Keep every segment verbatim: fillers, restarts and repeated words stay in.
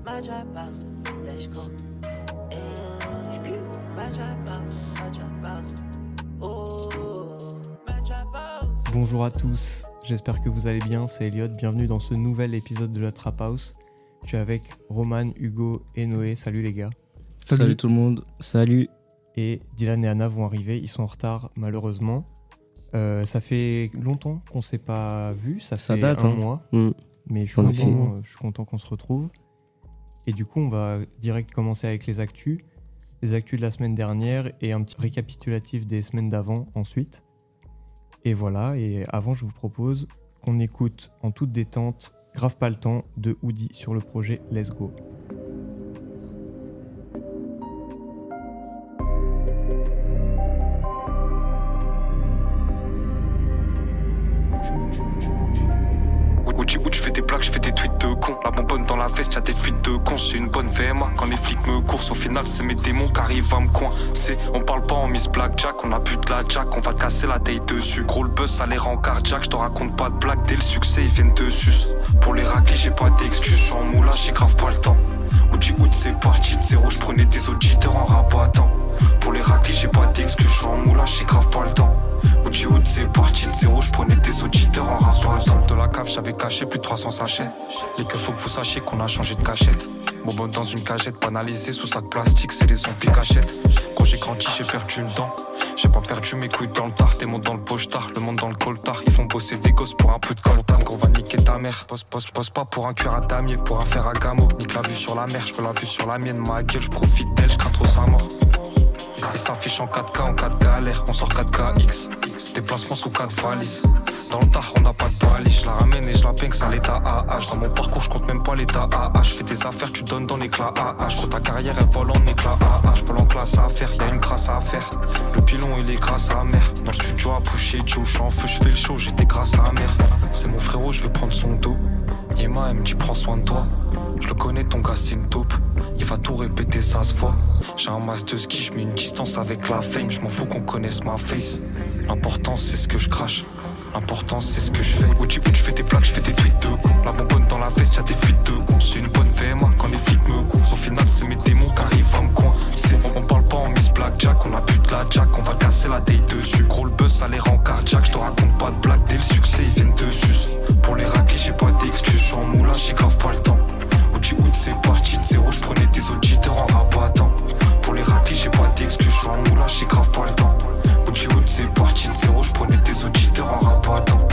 my trap house, let's go. Hey, my trap house, my trap house. Oh, my trap house. Bonjour à tous, j'espère que vous allez bien, c'est Elliot, bienvenue dans ce nouvel épisode de la Trap House. Je suis avec Roman, Hugo et Noé, salut les gars. Salut. Salut tout le monde, salut. Et Dylan et Anna vont arriver, ils sont en retard malheureusement. Euh, ça fait longtemps qu'on ne s'est pas vu, ça, ça fait date, un hein. mois, mmh. mais je suis, content, euh, je suis content qu'on se retrouve. Et du coup, on va direct commencer avec les actus, les actus de la semaine dernière et un petit récapitulatif des semaines d'avant ensuite. Et voilà, et avant, je vous propose qu'on écoute en toute détente Grave pas le temps de Hoodie sur le projet Let's Go. Où tu fais des blagues, je fais des tweets de con. La bonbonne dans la veste, y'a des fuites de con. J'ai une bonne V M A quand les flics me coursent. Au final, c'est mes démons qui arrivent à me coincer. On parle pas en Miss Blackjack, on a bu de la jack. On va te casser la taille dessus. Gros le buzz, ça les rend cardiaque. Je te raconte pas de blagues, dès le succès, ils viennent te suce. Pour les raclés, j'ai pas d'excuses. J'suis en moulage, j'ai grave pas le temps. Oudi Oud, c'est parti de zéro. J'prenais des auditeurs en rabattant. Pour les raclés, j'ai pas d'excuses. J'suis en moulage, j'ai grave pas le temps. Oudi Oud, c'est parti de zéro. J'prenais des auditeurs en rabat. Sur le sol de la cave, j'avais caché plus de trois cents sachets. Les keufs, faut que vous sachiez qu'on a changé de cachette. Bonbonne dans une cagette, banalisée sous sac plastique, c'est les zombies cachettes. Quand j'ai grandi, j'ai perdu une dent. J'ai pas perdu mes couilles dans le tard, des mots dans le pochetard, le monde dans le coltard. Ils font bosser des gosses pour un peu de coltan. Gros va niquer ta mère. Poste, poste, poste pas pour un cuir à damier, pour un fer à gamo. Nique la vue sur la mer, je veux la vue sur la mienne. Ma gueule, je profite d'elle, je crains trop sa mort. Les s'affichent en quatre K, en quatre galère, on sort quatre K X. Déplacement sous quatre valises. Dans le tard, on n'a pas de balise. Je la ramène et je la peigne, ça l'état A H. Dans mon parcours, je compte même pas l'état A H. Je fais des affaires, tu donnes dans l'éclat A H. Quand ta carrière, elle vole en éclat A H. Vole en classe à faire, y'a une grâce à faire. Le pilon, il est grâce à mère. Dans le studio à pousser, Joe, j'suis en feu, j'fais le show, j'étais grâce à mère. C'est mon frérot, je vais prendre son dos. Yema, elle me dit, prends soin de toi. Je le connais, ton gars, c'est une taupe. Il va tout répéter, ça se voit. J'ai un masque de ski, je mets une distance avec la fame. Je m'en fous qu'on connaisse ma face. L'important, c'est ce que je crache. L'important, c'est ce que je fais. Oudi Oud, je fais des blagues, je fais des tweets de con. La bonbonne dans la veste, y'a des fuites de con. J'ai une bonne V M A quand les flics me coursent. Au final, c'est mes démons qui arrivent à me coincer. On, on parle pas en Miss Blackjack, on a bu de la jack. On va casser la taille dessus. Gros le buzz, ça les rend cardiaque. Je te raconte pas de blagues, dès le succès, ils viennent te suce. Pour les raclés, j'ai pas d'excuses. J'suis en moulage, j'ai grave pas le temps. Oudi Oud, c'est parti de zéro. J'prenais des auditeurs en rabattant. Pour les raclés, j'ai pas d'excuses. J'suis en moulage, j'ai grave pas le temps. Oudi Oud, c'est parti de zéro. J'prenais des auditeurs en rabattant.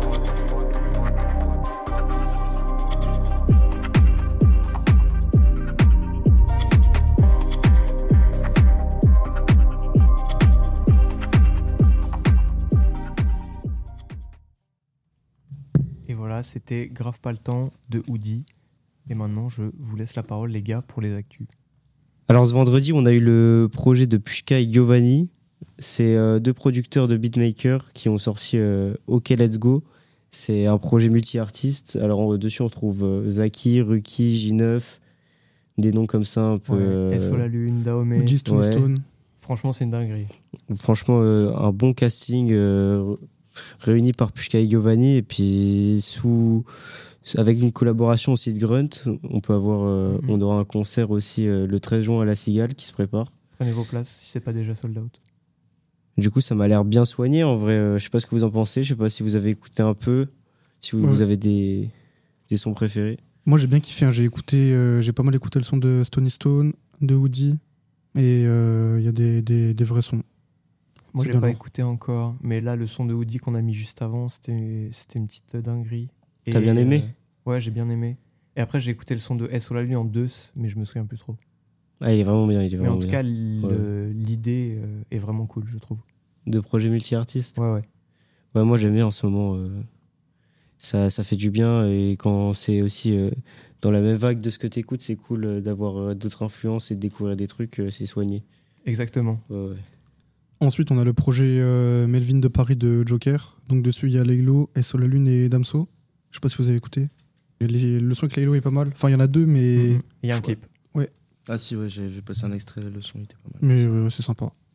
Et voilà, c'était Grave pas le temps de Hoodie. Et maintenant, je vous laisse la parole, les gars, pour les actus. Alors, ce vendredi, on a eu le projet de Pushka et Giovanni. C'est euh, deux producteurs de beatmakers qui ont sorti euh, OK Let's Go. C'est un projet multi-artiste. Alors, on, dessus, on retrouve euh, Zaki, Ruki, J neuf, des noms comme ça un peu. Ouais, euh, S O La Lune, Dahomey. G Stone ouais. Stone. Franchement, c'est une dinguerie. Franchement, euh, un bon casting euh, réuni par Pushka et Giovanni. Et puis, sous. Avec une collaboration aussi de Grunt, on peut avoir, euh, mm-hmm. on aura un concert aussi euh, le treize juin à La Cigale qui se prépare. Prenez vos places si c'est pas déjà sold out. Du coup, ça m'a l'air bien soigné en vrai. Euh, je sais pas ce que vous en pensez. Je sais pas si vous avez écouté un peu, si vous, ouais. vous avez des, des sons préférés. Moi, j'ai bien kiffé. Hein. J'ai écouté, euh, j'ai pas mal écouté le son de Stony Stone, de Hoodie, et il euh, y a des, des, des vrais sons. Moi, c'est j'ai pas lourd. écouté encore, mais là, le son de Hoodie qu'on a mis juste avant, c'était, c'était une petite dinguerie. Et T'as bien aimé ? euh, Ouais, j'ai bien aimé. Et après, j'ai écouté le son de S O La Lune en deux, mais je me souviens plus trop. Ah, il est vraiment bien. Il est mais vraiment en tout bien. cas, le, ouais. l'idée euh, est vraiment cool, je trouve. De projets multi-artistes ? Ouais, ouais. Ouais, moi, j'aime bien en ce moment. Euh, ça, ça fait du bien. Et quand c'est aussi euh, dans la même vague de ce que t'écoutes, c'est cool euh, d'avoir euh, d'autres influences et de découvrir des trucs. Euh, c'est soigné. Exactement. Ouais, ouais. Ensuite, on a le projet euh, Melvin de Paris de Joker. Donc, dessus, il y a Laylo, S O La Lune et Damso. Je sais pas si vous avez écouté. Les, le son avec Laylo est pas mal. Enfin, il y en a deux, mais. Il y a un clip. Ouais. Ah si, ouais, j'ai vu passer un extrait, le son était pas mal. Mais euh, c'est sympa.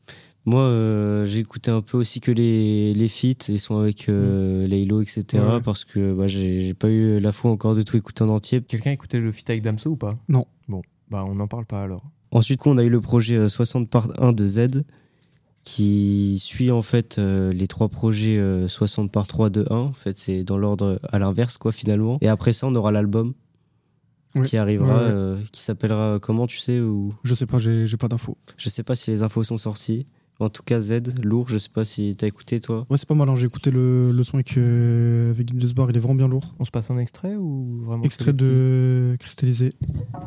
Moi, euh, j'ai écouté un peu aussi que les, les feats, les sons avec euh, mmh. Laylo, et cetera. Ouais. Parce que bah, j'ai, j'ai pas eu la foi encore de tout écouter en entier. Quelqu'un a écouté le feat avec Damso ou pas ? Non. Bon, bah on n'en parle pas alors. Ensuite, on a eu le projet soixante part un de Z, qui suit en fait euh, les trois projets euh, soixante part trois de un. En fait, c'est dans l'ordre à l'inverse, quoi, finalement. Et après ça, on aura l'album oui. qui arrivera, ouais, ouais. Euh, qui s'appellera comment, tu sais ou... Je sais pas, j'ai, j'ai pas d'infos. Je sais pas si les infos sont sorties. En tout cas, Z, lourd, je sais pas si t'as écouté, toi. Ouais, c'est pas mal, hein. J'ai écouté le, le son avec, euh, avec Gilles Bar, il est vraiment bien lourd. On se passe un extrait ou vraiment extrait de Cristallisé.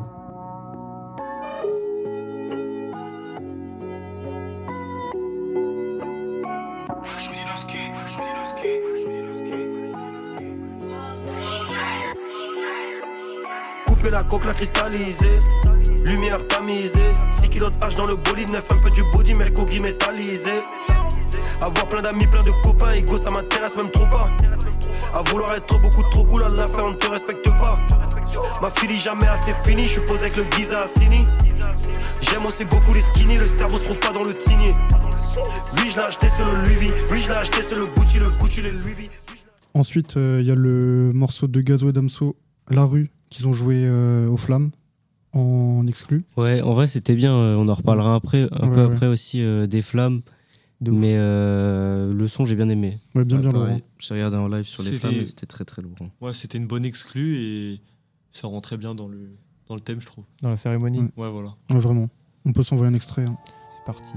Couper la coque, la cristalliser. Lumière tamisée, six kilos de H dans le bolide, neuf un peu du body, merco gris métallisé. Avoir plein d'amis, plein de copains, ego ça m'intéresse même trop pas. À vouloir être beaucoup trop cool, à la fin on ne te respecte pas. Ma fille jamais assez finie, je suis posé avec le Giza Assini. J'aime aussi beaucoup les skinny, le cerveau se trouve pas dans le tinier. Lui je l'ai acheté c'est le Louis V, lui je l'ai acheté c'est le Gucci, le Gucci les Louis V. Ensuite il euh, y a le morceau de Gazo et Damso, La Rue, qu'ils ont joué euh, aux Flammes. En exclu. Ouais, en vrai c'était bien, euh, on en reparlera après, un ouais, peu ouais. après aussi euh, des Flammes, de mais euh, le son j'ai bien aimé. Ouais, bien, ouais, bien lourd. J'ai regardé en live sur les Flammes et c'était très très lourd. Ouais, c'était une bonne exclue et ça rentrait bien dans le, dans le thème, je trouve. Dans la cérémonie. Ouais, ouais voilà. Ouais, vraiment. On peut s'envoyer un extrait. Hein. C'est parti.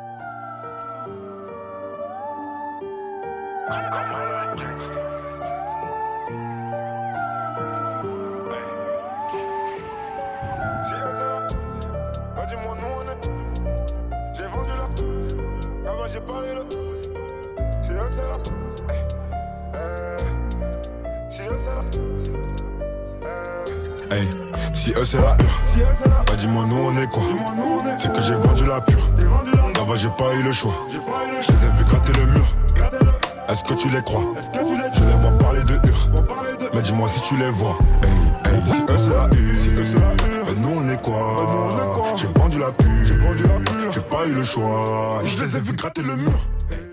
Hey, si eux c'est la hure, bah dis-moi nous on est quoi. C'est que j'ai vendu la pure. Là-bas j'ai pas eu le choix. Je les ai vus gratter le mur. Est-ce que tu les crois? Je les vois parler de hure. Mais dis-moi si tu les vois. Hey, hey, si eux c'est la hure, bah nous on est quoi? J'ai vendu la pure. J'ai pas eu le choix. Je les ai vus gratter le mur.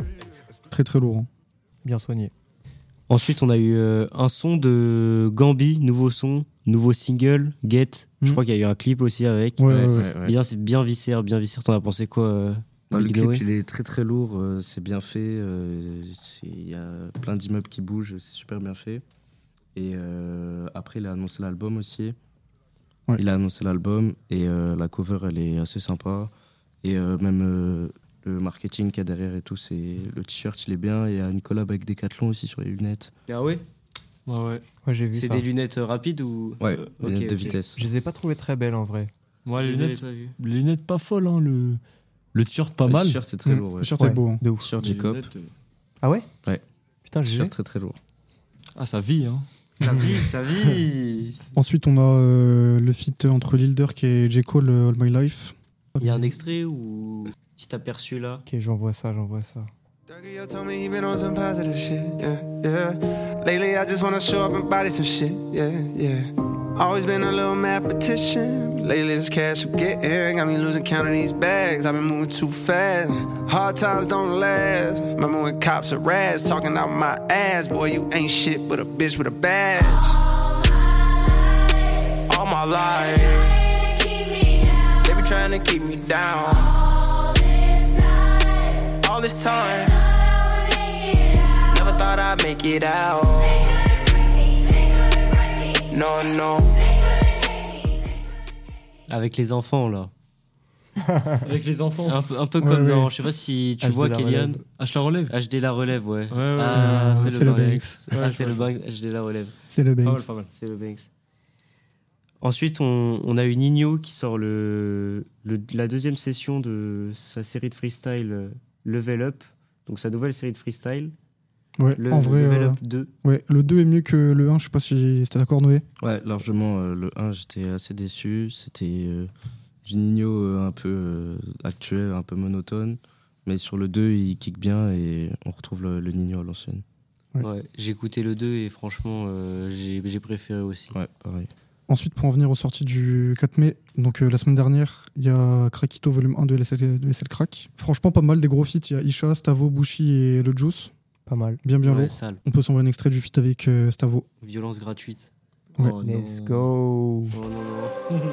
Très très lourd. Hein. Bien soigné. Ensuite, on a eu euh, un son de Gambi, nouveau son, nouveau single, Get. Mmh. Je crois qu'il y a eu un clip aussi avec. Ouais, ouais, ouais, ouais. Bien, c'est bien viscère, bien viscère. T'en as pensé quoi euh, bah, Le clip, il est très très lourd. Euh, c'est bien fait. Il euh, y a plein d'immeubles qui bougent. C'est super bien fait. Et euh, après, il a annoncé l'album aussi. Ouais. Il a annoncé l'album et euh, la cover, elle est assez sympa. Et euh, même euh, le marketing qu'il y a derrière et tout, c'est le t-shirt, il est bien. Il y a une collab avec Decathlon aussi sur les lunettes. Ah ouais? Ouais, ouais. Ouais, j'ai vu c'est ça. des lunettes rapides ou? Ouais, euh, lunettes okay, de okay. vitesse. Je les ai pas trouvées très belles en vrai. Ouais, les lunettes, les lunettes pas folles, hein. Le, le t-shirt pas le mal. Le t-shirt c'est très lourd. Ouais. Le t-shirt ouais, est beau. Hein. De ouf. Le t-shirt Jacob. Euh... Ah ouais? Ouais. Putain, j'ai le t-shirt très très lourd. Ah, ça vit, hein. Ça vit, ça vit. Ensuite, on a euh, le feat entre Lil Durk et J. Cole, All My Life. Il y a un extrait ou si t'as perçu là? Ok, j'envoie ça, j'envoie ça. Yo told me he been on some positive shit, yeah, yeah. Lately I just wanna show up and body some shit, yeah, yeah. Always been a little mathematician, but lately this cash I'm getting got me losing count of these bags. I've been moving too fast, hard times don't last. Remember when cops are rats talking out my ass? Boy, you ain't shit but a bitch with a badge. All my life, they be trying to keep me down. All this time, never thought I'd make it out. No, no. Avec les enfants là. Avec les enfants. Un peu, un peu ouais, comme ouais. dans, je sais pas si tu H D vois Kélian. H la relève. H D la relève, ouais. ouais, ouais ah, ouais, c'est, c'est le le Banks. Banks. Ah, c'est le Banks. H D la relève. C'est le Banks. Pas mal, pas mal. C'est le Banks. Ensuite, on, on a eu Nino qui sort le, le, la deuxième session de sa série de freestyle euh, Level Up, donc sa nouvelle série de freestyle. Ouais, le, en vrai, Level euh, Up deux. Ouais, le deux est mieux que le un, je sais pas si c'était d'accord, Noé. Ouais, largement. Euh, le un, j'étais assez déçu. C'était euh, du Nino euh, un peu euh, actuel, un peu monotone. Mais sur le deux, il kick bien et on retrouve le, le Nino à l'ancienne. Ouais. Ouais, j'ai écouté le deux et franchement, euh, j'ai, j'ai préféré aussi. Ouais, pareil. Ensuite, pour en venir aux sorties du quatre mai, donc euh, la semaine dernière, il y a Crackito volume un de L S L, de S L Crack. Franchement, pas mal, des gros feats. Il y a Isha, Stavo, Bushi et le Juice. Pas mal. Bien, bien Ouais, lourd. sale. On peut s'envoyer un extrait du feat avec euh, Stavo. Violence gratuite. Ouais. Oh, Let's non. go. Oh non, non.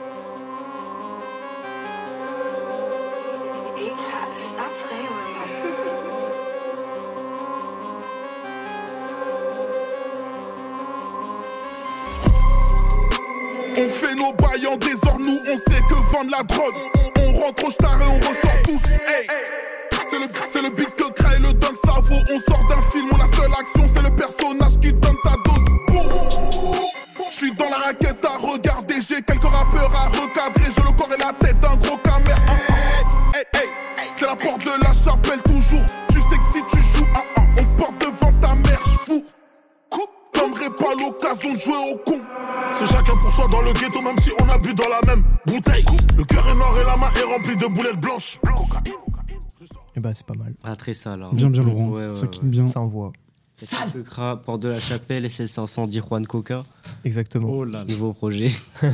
On fait nos bails en désordre, nous on sait que vendre la drogue. On, on rentre au star et on ressort tous. Hey. C'est le, c'est le beat que crée le donne cerveau. On sort d'un film, on la seule action, c'est le personnage qui donne ta dose. Boum. Je suis dans la raquette à regarder, j'ai quelques rappeurs à recadrer. J'ai le corps et la tête d'un gros caméra. Hey, hey. C'est la porte de la chapelle toujours. Tu sais que si tu joues, ah, ah, on porte devant ta mère, j'fous. T'aimerais pas l'occasion de jouer au con. C'est chacun pour soi dans le ghetto, même si on a bu dans la même bouteille. Le cœur est noir et la main est remplie de boulettes blanches. Et bah c'est pas mal. Ah, très sale. Hein. Bien, bien lourd. Ouais, ouais, ça ouais. kick bien. Ça envoie. Sale. Porte de la Chapelle, S S cinq cents, dit Juan Coca. Exactement. Oh là là. Nouveau projet.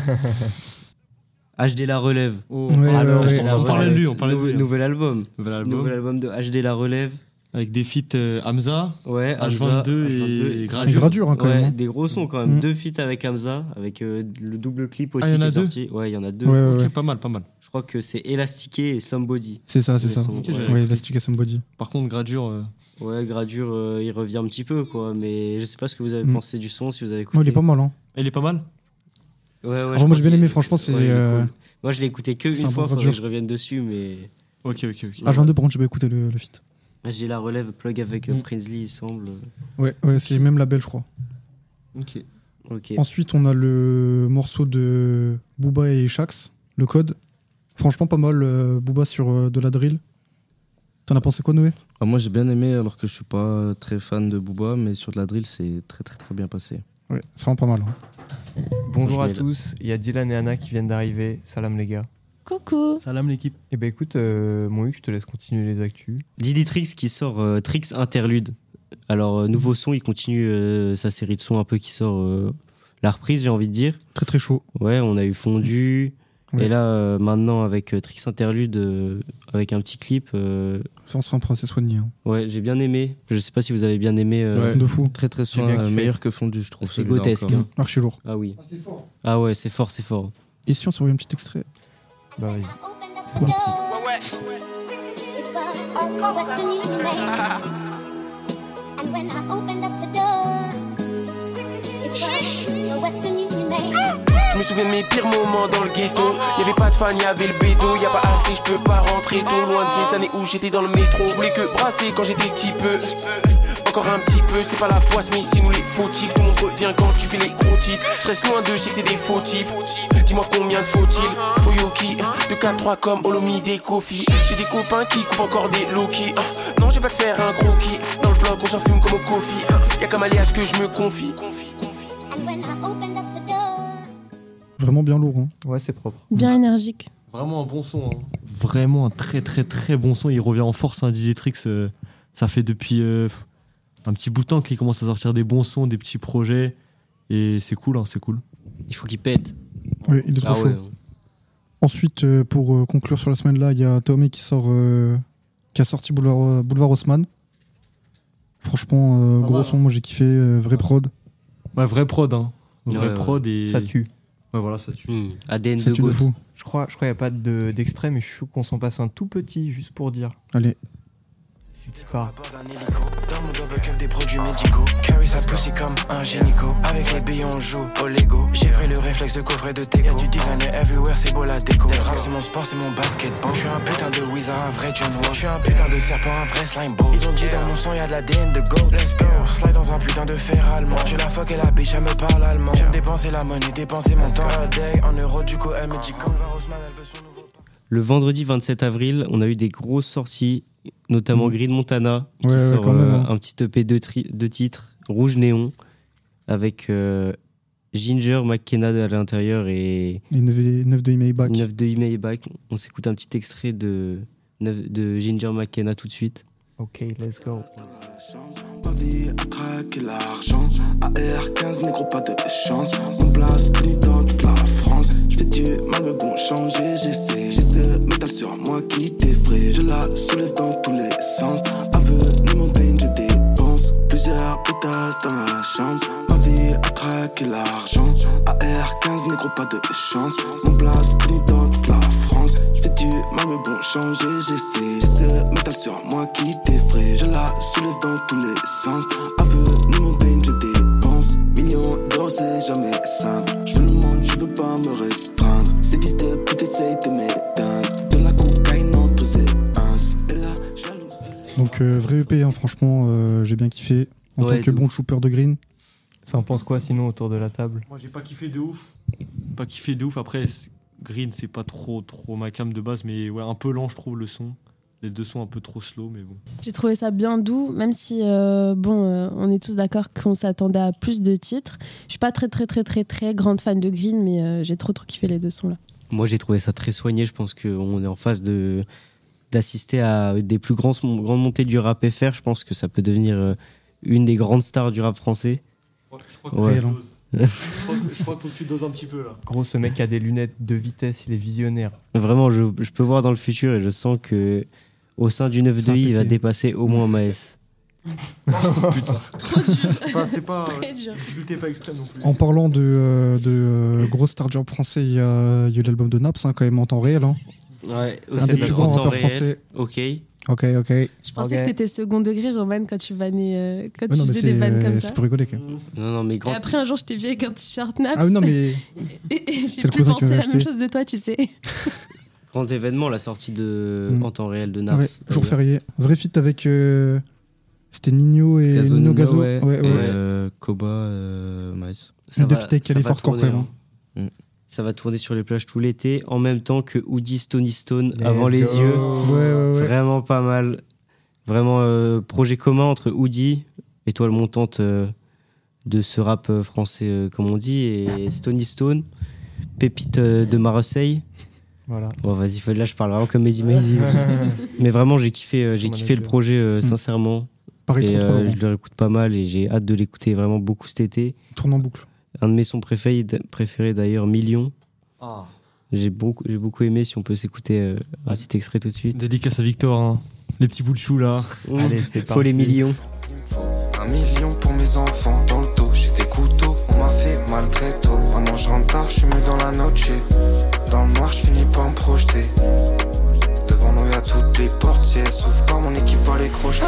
H D La Relève. Oh, Ouais, Alors, ouais, H D ouais. La on parlait de Relève. lui, on parlait de Nouvel- lui. Nouvel album. Nouvel album. Nouvel album de H D La Relève. Avec des feats euh, Hamza, Ouais, H Hamza, vingt-deux H vingt-deux et Et Gradure. Gradure, hein, quand Ouais, même. hein. des gros sons quand même. Mm. Deux feats avec Hamza, avec euh, le double clip aussi Ah, y en qui a est deux sorti. Ouais, il y en a deux. Ouais, ouais, Ok, ouais. pas mal, pas mal. Je crois que c'est Élastiqué et Somebody. C'est ça, c'est Les ça. sons, Ok, ouais. j'avais Ouais, écouté. Elastic Somebody. Par contre, Gradure, euh, Ouais, Gradure, euh, il revient un petit peu, quoi. Mais je sais pas ce que vous avez Mm. pensé du son, si vous avez écouté. Ouais, il est pas mal, hein. elle est pas mal. Ouais, ouais, je Alors, crois moi, j'ai bien qu'il- aimé, franchement, c'est, ouais, il est euh, cool. Moi, je l'ai écouté que c'est une un fois, bon faudrait Gradure. que je revienne dessus, mais. Ok, ok, ok. H vingt-deux, par contre, j'ai pas écouté le, le feat. J'ai la relève plug avec euh, Mm. Prinsley, il semble. Ouais, ouais, c'est le même label, je crois. Ok. Ok. Ensuite, on a le morceau de Booba et Shax, le code. Franchement, pas mal, euh, Booba sur euh, de la drill. T'en as pensé quoi, Noé? Ah, moi j'ai bien aimé, alors que je suis pas très fan de Booba, mais sur de la drill c'est très très très bien passé. Ouais, c'est vraiment pas mal. Hein. Bonjour à je mets là. tous, il y a Dylan et Anna qui viennent d'arriver. Salam les gars. Coucou. Salam l'équipe. Et ben écoute, euh, mon Hugues, je te laisse continuer les actus. Didi Trix qui sort euh, Trix Interlude. Alors, euh, nouveau son, il continue euh, sa série de sons un peu qui sort euh, la reprise, j'ai envie de dire. Très très chaud. Ouais, on a eu Fondu. Ouais. Et là, euh, maintenant, avec euh, Trix Interlude, euh, avec un petit clip, euh, Ça, on se fait un peu assez soigné. Hein. ouais, j'ai bien aimé. Je sais pas si vous avez bien aimé. euh, Ouais. De fou. Très très J'ai soin, bien euh, kiffé. meilleur que Fondu, je trouve. C'est celui-là grotesque, encore. hein. Archi lourd. Ah oui. Ah ouais, c'est fort, c'est fort. Et si on s'envoie un petit extrait? Bah vas-y. Pour le petit. And when I opened up the door, it was a Western Union name. Je me souviens de mes pires moments dans le ghetto. Y'avait pas de fan, y'avait le bédo. Y'a pas assez, je peux pas rentrer tôt. Loin de ces années où j'étais dans le métro. Je voulais que brasser quand j'étais petit peu. Encore un petit peu, c'est pas la poisse, mais ici nous les fautifs. Tout le monde revient quand tu fais les gros titres. Je reste loin d'eux, je sais que c'est des fautifs. Dis-moi combien de faut-il? Oyoki, de quatre trois comme Olomi des Kofi. J'ai des copains qui coupent encore des Loki. Non, j'ai pas de faire un croquis. Dans le bloc, on s'en fume comme au Kofi. Y'a comme aller à ce que je me confie. And when I opened up the door, Vraiment bien lourd. Hein. Ouais, c'est propre. Bien énergique. Vraiment un bon son. Hein. Vraiment un très très très bon son. Il revient en force, hein, D J Trix. euh, ça fait depuis euh, un petit bout de temps qu'il commence à sortir des bons sons, des petits projets. Et c'est cool, hein, c'est cool. Il faut qu'il pète. Ouais, il est trop Ah chaud. ouais. Ensuite, euh, pour euh, conclure sur la semaine là, il y a Taomé qui sort, euh, qui a sorti Boulevard, euh, Boulevard Haussmann. Franchement, euh, Pas gros mal, son, hein. moi j'ai kiffé, euh, vrai prod. Ouais, vrai prod. Hein. Vrai Ouais, ouais. prod et. Ça tue. Ouais, voilà, ça tue. Hmm. A D N Ça de tue de Goat. fou. Je crois, je crois qu'il n'y a pas de- d'extrait, mais je suis chaud qu'on s'en passe un tout petit, juste pour dire. Allez. Celui qui part. Dans mon double cup des produits médicaux. Carry sa pussy comme un génico. Avec les billes on joue au Lego. J'ai pris le réflexe de coffret de Teco. Y'a du designer everywhere, c'est beau la déco. Le rap c'est mon sport, c'est mon basketball. Je suis un putain de wizard, un vrai John Wall. Je suis un putain de serpent, un vrai slime ball. Ils ont dit dans mon sang y'a de l'A D N de gold. Let's go. Slide dans un putain de fer allemand. Je la fuck et la bitch elle me parle allemand. J'aime dépenser la money, dépenser mon temps. A day en euros du coup elle me dit quand Osman elle veut son nouveau. Le vendredi vingt-sept avril, on a eu des grosses sorties, notamment Mm. Green Montana, qui Ouais, ouais, sort quand même, euh, hein. un petit E P de, tri- de titres, Rouge Néon, avec euh, Ginger McKenna à l'intérieur et Et neuf de email back. neuf de Email Back. On s'écoute un petit extrait de, neuf de Ginger McKenna tout de suite. Ok, let's go. Ma vie a traqué l'argent. A R quinze, négro, pas de chance. On place clitoris. frérot, pas de chance. Mon blast connu dans toute la France. J'fais du mal, mais bon, changer, j'essaie. J'ai ce métal sur moi qui t'effraie. Je la soulève dans tous les sens. Avenue Montaigne, je dépense. Millions d'euros, c'est jamais simple. J'veux le monde, je peux pas me restreindre. Ces fils de pute essayent de m'éteindre. De la cocaïne entre ces ins. Et la jalousie. Donc, euh, vrai E P, hein, franchement, euh, j'ai bien kiffé. En Ouais, tant que bon trooper de Green. Ça en pense quoi sinon autour de la table? Moi j'ai pas kiffé de ouf. Pas kiffé de ouf. Après, c'est- Green c'est pas trop trop ma cam de base, mais ouais, un peu lent je trouve le son. Les deux sont un peu trop slow, mais bon. J'ai trouvé ça bien doux, même si, euh, bon, euh, on est tous d'accord qu'on s'attendait à plus de titres. Je suis pas très, très, très, très, très grande fan de Green, mais euh, j'ai trop, trop kiffé les deux sons là. Moi, j'ai trouvé ça très soigné. Je pense qu'on est en phase de, d'assister à des plus grands, grandes montées du rap F R. Je pense que ça peut devenir euh, une des grandes stars du rap français. Je crois que Ouais. faut que tu doses. je, crois que, je crois qu'il faut que tu doses un petit peu là. Gros, ce mec a des lunettes de vitesse, il est visionnaire. Vraiment, je, je peux voir dans le futur et je sens que au sein du neuf Ça deux a i, il va pété. dépasser au moins Maes. Putain. Trop dur. C'est pas, c'est pas, Très dur. difficulté pas extrême non plus. En parlant de, euh, de euh, gros star du rap français, il y a, il y a eu l'album de Naps, hein, quand même en temps réel. Hein. Ouais, C'est un des plus grands rappeurs français. Ok. Ok, ok. Je pensais Ok. que t'étais second degré, Roman, quand tu vannais, euh, quand Ouais, tu non, mais faisais des vannes comme c'est ça. c'est pour rigoler quand même. Non, non, mais Et grand, après, un jour, je t'ai vu avec un t-shirt Naps. Ah oui, non, mais Et, et j'ai C'est le plus cousin qui pensé m'avait la même acheté. chose de toi, tu sais. grand événement, la sortie de Mm. en temps réel de Naps. ouais, jour d'ailleurs. férié. Vrai feat avec. euh, C'était Nino et Gazo, Nino Nino, Gazo. ouais. Ouais, ouais. Et Ouais. euh, Koba, euh, Maes. Ça Le va- Defitech ça allait va fort quand tourner, même. hein. Mm. Ça va tourner sur les plages tout l'été, en même temps que Hoodie Stony Stone Let's avant les go. yeux. Ouais, ouais, ouais. Vraiment pas mal. Vraiment euh, projet commun entre Hoodie, étoile montante euh, de ce rap euh, français, euh, comme on dit, et Stony Stone, pépite euh, de Marseille. Voilà. Bon, vas-y, là, je parle vraiment comme Easy Maisy. Mais vraiment, j'ai kiffé, euh, j'ai Son kiffé le manager. projet, euh, Mm. sincèrement. Pareil, Et trop, trop euh, lourd. je le réécoute pas mal et j'ai hâte de l'écouter vraiment beaucoup cet été. Tourne en boucle. Un de mes sons préférés, préférés d'ailleurs, Million. Ah. J'ai beaucoup, j'ai beaucoup aimé. Si on peut s'écouter euh, un petit extrait tout de suite. Dédicace à Victor, hein. Les petits bouts de chou là. Allez, c'est Faut les parti. millions. Un million pour mes enfants dans le dos, j'ai des couteaux, on m'a fait mal très tôt. Maman je rentre tard, je suis mieux dans la noche. Dans le noir, je finis par me projeter. Devant nous y'a toutes les portes, si elles s'ouvrent pas, mon équipe va les crocheter.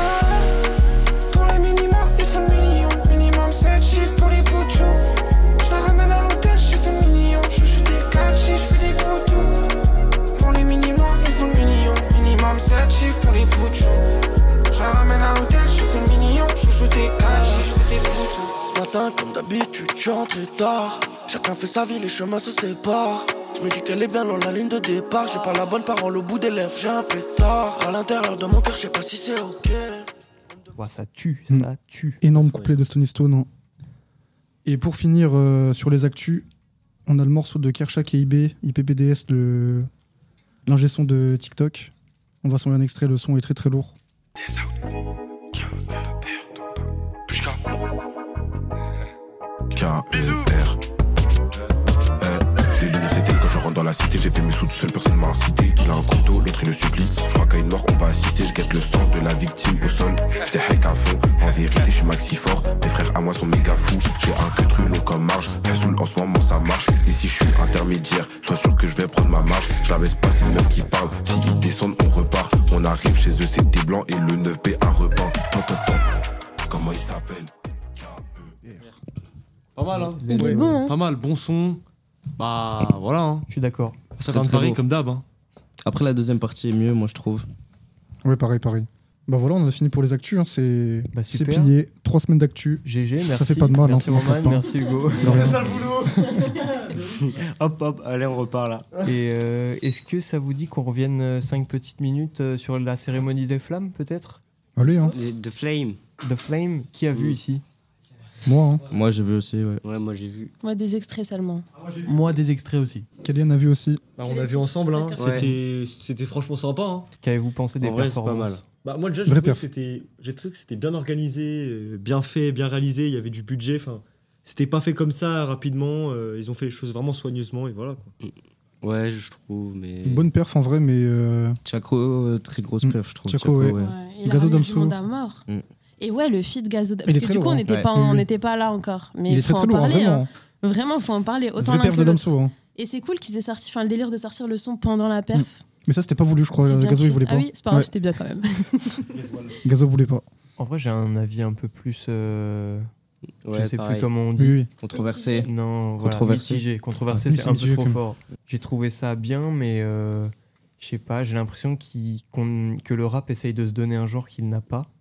Pour les minimums, il faut le million. Minimum sept chiffres pour les bouts de chou. Je la ramène à l'hôtel, j'ai fait million. Je suis des quatre chiffres, je fais des gros tout. Pour les minimums, il faut le million. Minimum sept chiffres pour les bouts de chou. Je la ramène à l'hôtel, je fais le million. Je joue des quatre, je fais des boutons. Ce matin, comme d'habitude, je suis rentré tard. Chacun fait sa vie, les chemins se séparent. Je me dis qu'elle est bien dans la ligne de départ. J'ai pas la bonne parole au bout des lèvres, j'ai un pétard. À l'intérieur de mon cœur, je sais pas si c'est ok. Ouah, ça tue, Mm. ça tue. Énorme couplet de Stony Stone. Hein. Et pour finir euh, sur les actus, on a le morceau de Kershak et I B, I P P D S, le... l'ingé son de TikTok. On va s'en un extrait, le son est très très lourd. K E R. Eh, les lignes s'éteignent quand je rentre dans la cité. J'ai fait mes sous tout seul, personne m'a incité. Il a un couteau, l'autre il le supplie. Je crois qu'à une mort on va assister. Je guette le sang de la victime au sol. J'étais hack à fond. En vérité, je suis maxi fort. Mes frères à moi sont méga fous. J'ai un que truc long comme marge. Casoul en ce moment ça marche. Et si je suis intermédiaire, sois sûr que je vais prendre ma marge. Je la baisse pas, c'est le neuf qui parle. Si ils descendent, on repart. On arrive chez eux, c'est des blancs. Et le neuf B un repas. Tant, tant, tant. Comment il s'appelle? Pas mal, hein. Il est bon, hein. Pas mal, bon son. Bah voilà, hein. Je suis d'accord. Ça Très, vient de très Paris beau. comme d'hab. Hein. Après, la deuxième partie est mieux, moi, je trouve. Ouais, pareil, pareil. Bah voilà, on a fini pour les actus. Hein. C'est Bah, c'est super. plié. Trois semaines d'actu. G G, merci. Ça fait pas de mal. Merci hein, ça Roman, m'en merci Hugo. De rien. Hop, hop, allez, on repart là. Et euh, est-ce que ça vous dit qu'on revienne cinq petites minutes euh, sur la cérémonie des flammes, peut-être? Allez, hein. The Flame. The Flame, qui a vu ici? Moi, hein. Moi, j'ai vu aussi, ouais. Ouais, moi j'ai vu. Moi, des extraits seulement. Moi, des extraits aussi. Kylian a vu aussi. Bah, on a vu ensemble, hein. Ouais. C'était, c'était franchement sympa. Hein. Qu'avez-vous pensé des En vrai, c'est pas performances? mal. Bah, moi, déjà, j'ai Vrai trouvé que perf. c'était, j'ai trouvé que c'était bien organisé, euh, bien fait, bien réalisé. Il y avait du budget. Enfin, c'était pas fait comme ça rapidement. euh, ils ont fait les choses vraiment soigneusement et voilà. Quoi. Ouais, je trouve, mais. Une bonne perf en vrai, mais. euh, Chaco, euh, très grosse Mm. perf, je trouve. Chaco, ouais. Ouais, il a Gazo ramené du Damso. monde à mort. Mm. Et ouais, le feat Gazo Il Parce est que très du coup, lourd, on hein. n'était Ouais. pas, Oui, on oui. n'était pas là encore. Mais il est il faut très très en lourd, hein, parler. vraiment. hein. Vraiment, faut en parler. Autant Vraie l'un perf que de l'autre. Damso. Hein. Et c'est cool qu'ils aient sorti, enfin le délire de sortir le son pendant la perf. Mm. Mais ça, c'était pas voulu, je crois. J'ai bien Gazo, il kiffé. voulait pas. Ah oui, c'est pas grave, Ouais. c'était bien quand même. Gazo voulait pas. En vrai, j'ai un avis un peu plus. euh, Ouais, je sais pareil. plus comment on dit. Oui, oui. Controversé. Non, voilà, Controversé. mitigé. Controversé, Ah, c'est un peu mitigé, trop comme- fort. J'ai trouvé ça bien, mais euh, je sais pas, j'ai l'impression qu'il- qu'on- que le rap essaye de se donner un genre qu'il n'a pas.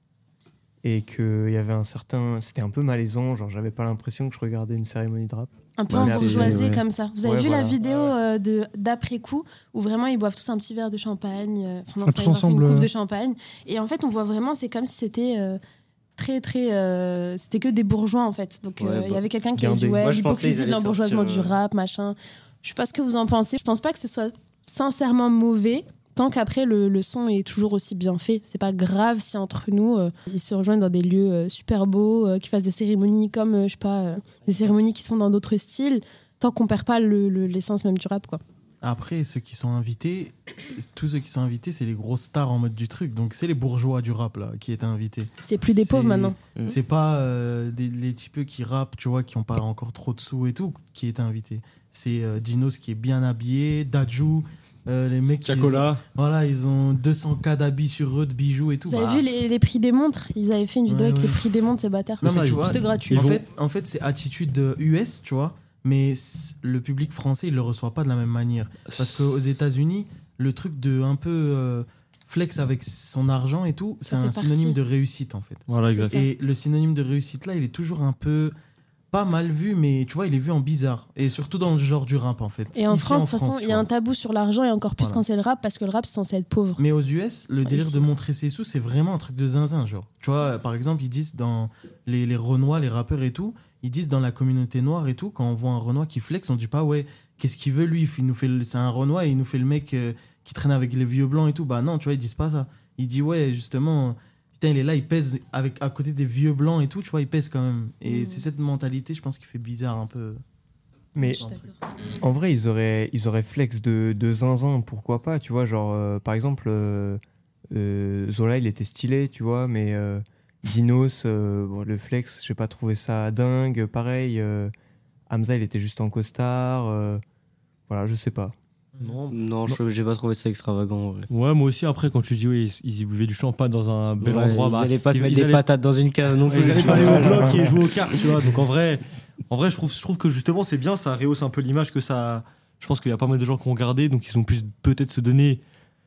Et qu'il y avait un certain. C'était un peu malaisant, genre j'avais pas l'impression que je regardais une cérémonie de rap. Un peu Ouais, en c'est- bourgeoisé ouais. comme ça. Vous avez Ouais, vu la voilà. vidéo euh, de d'après coup où vraiment ils boivent tous un petit verre de champagne, euh, enfin, non, Ah, c'est pas tous une- ensemble, une coupe euh. de champagne. Et en fait, on voit vraiment, c'est comme si c'était euh, très très, euh, c'était que des bourgeois en fait. Donc Ouais, euh, il y bah, avait quelqu'un qui a guindé. dit ouais, Moi, je pensais l'hypocrisie ils de allaient l'embourgeoisement du sortir, rap, machin. Je sais pas ce que vous en pensez. Je pense pas que ce soit sincèrement mauvais. Tant qu'après le, le son est toujours aussi bien fait, c'est pas grave si entre nous euh, ils se rejoignent dans des lieux euh, super beaux, euh, qu'ils fassent des cérémonies comme euh, je sais pas, euh, des cérémonies qui se font dans d'autres styles, tant qu'on perd pas le- le- l'essence même du rap quoi. Après, ceux qui sont invités, tous ceux qui sont invités, c'est les grosses stars en mode du truc. Donc, c'est les bourgeois du rap là qui étaient invités. C'est plus des C'est- pauvres maintenant. C'est pas euh, des, les types qui rappent, tu vois, qui ont pas encore trop de sous et tout, qui étaient invités. C'est euh, Dinos qui est bien habillé, Dadju, euh, les mecs. Chacola. Ils, voilà, ils ont deux cents K d'habits sur eux, de bijoux et tout. Vous avez Bah, vu les, les prix des montres? Ils avaient fait une vidéo Ouais, avec ouais. les prix des montres, ces bâtards. Non, mais tu vois, Juste gratuit. en fait, en fait, c'est attitude euh, U S, tu vois, mais c- le public français, il le reçoit pas de la même manière. Parce qu'aux États-Unis, le truc de un peu euh, flex avec son argent et tout, c'est Ça un fait synonyme partie. de réussite, en fait. Voilà, exact. Et le synonyme de réussite, là, il est toujours un peu pas mal vu, mais tu vois, il est vu en bizarre. Et surtout dans le genre du rap, en fait. Et en Ici, France, de toute façon, tu il y a vois. un tabou sur l'argent et encore plus Voilà. quand c'est le rap, parce que le rap, c'est censé être pauvre. Mais aux U S, le Ouais, délire ici. de montrer ses sous, c'est vraiment un truc de zinzin, genre. Tu vois, par exemple, ils disent dans les, les Renois, les rappeurs et tout, ils disent dans la communauté noire et tout, quand on voit un Renois qui flex, on dit pas, ouais, qu'est-ce qu'il veut lui il nous fait le- C'est un Renois et il nous fait le mec euh, qui traîne avec les vieux blancs et tout. Bah non, tu vois, ils disent pas ça. Ils disent, ouais, justement, putain, il est là, il pèse avec, à côté des vieux blancs et tout, tu vois, il pèse quand même. Et Mm. c'est cette mentalité, je pense, qui fait bizarre un peu. Mais Je suis d'accord. en vrai, ils auraient, ils auraient flex de, de zinzin, pourquoi pas, tu vois, genre, euh, par exemple, euh, euh, Zola, il était stylé, tu vois, mais euh, Dinos, euh, bon, le flex, j'ai pas trouvé ça dingue, pareil, euh, Hamza, il était juste en costard, euh, voilà, je sais pas. Non. Non, je- j'ai pas trouvé ça extravagant. En vrai. Ouais, moi aussi, après, quand tu dis, oui, ils, ils y buvaient du champagne dans un bel Ouais, endroit. Ils bah, allaient pas se ils- mettre ils des allaient- patates dans une cave non plus. Ils allaient tu pas aller vois. au bloc et jouer aux cartes, tu vois. Donc en vrai, en vrai je, trouve, je trouve que justement, c'est bien, ça rehausse un peu l'image que ça. Je pense qu'il y a pas mal de gens qui ont regardé, donc ils ont pu peut-être se donner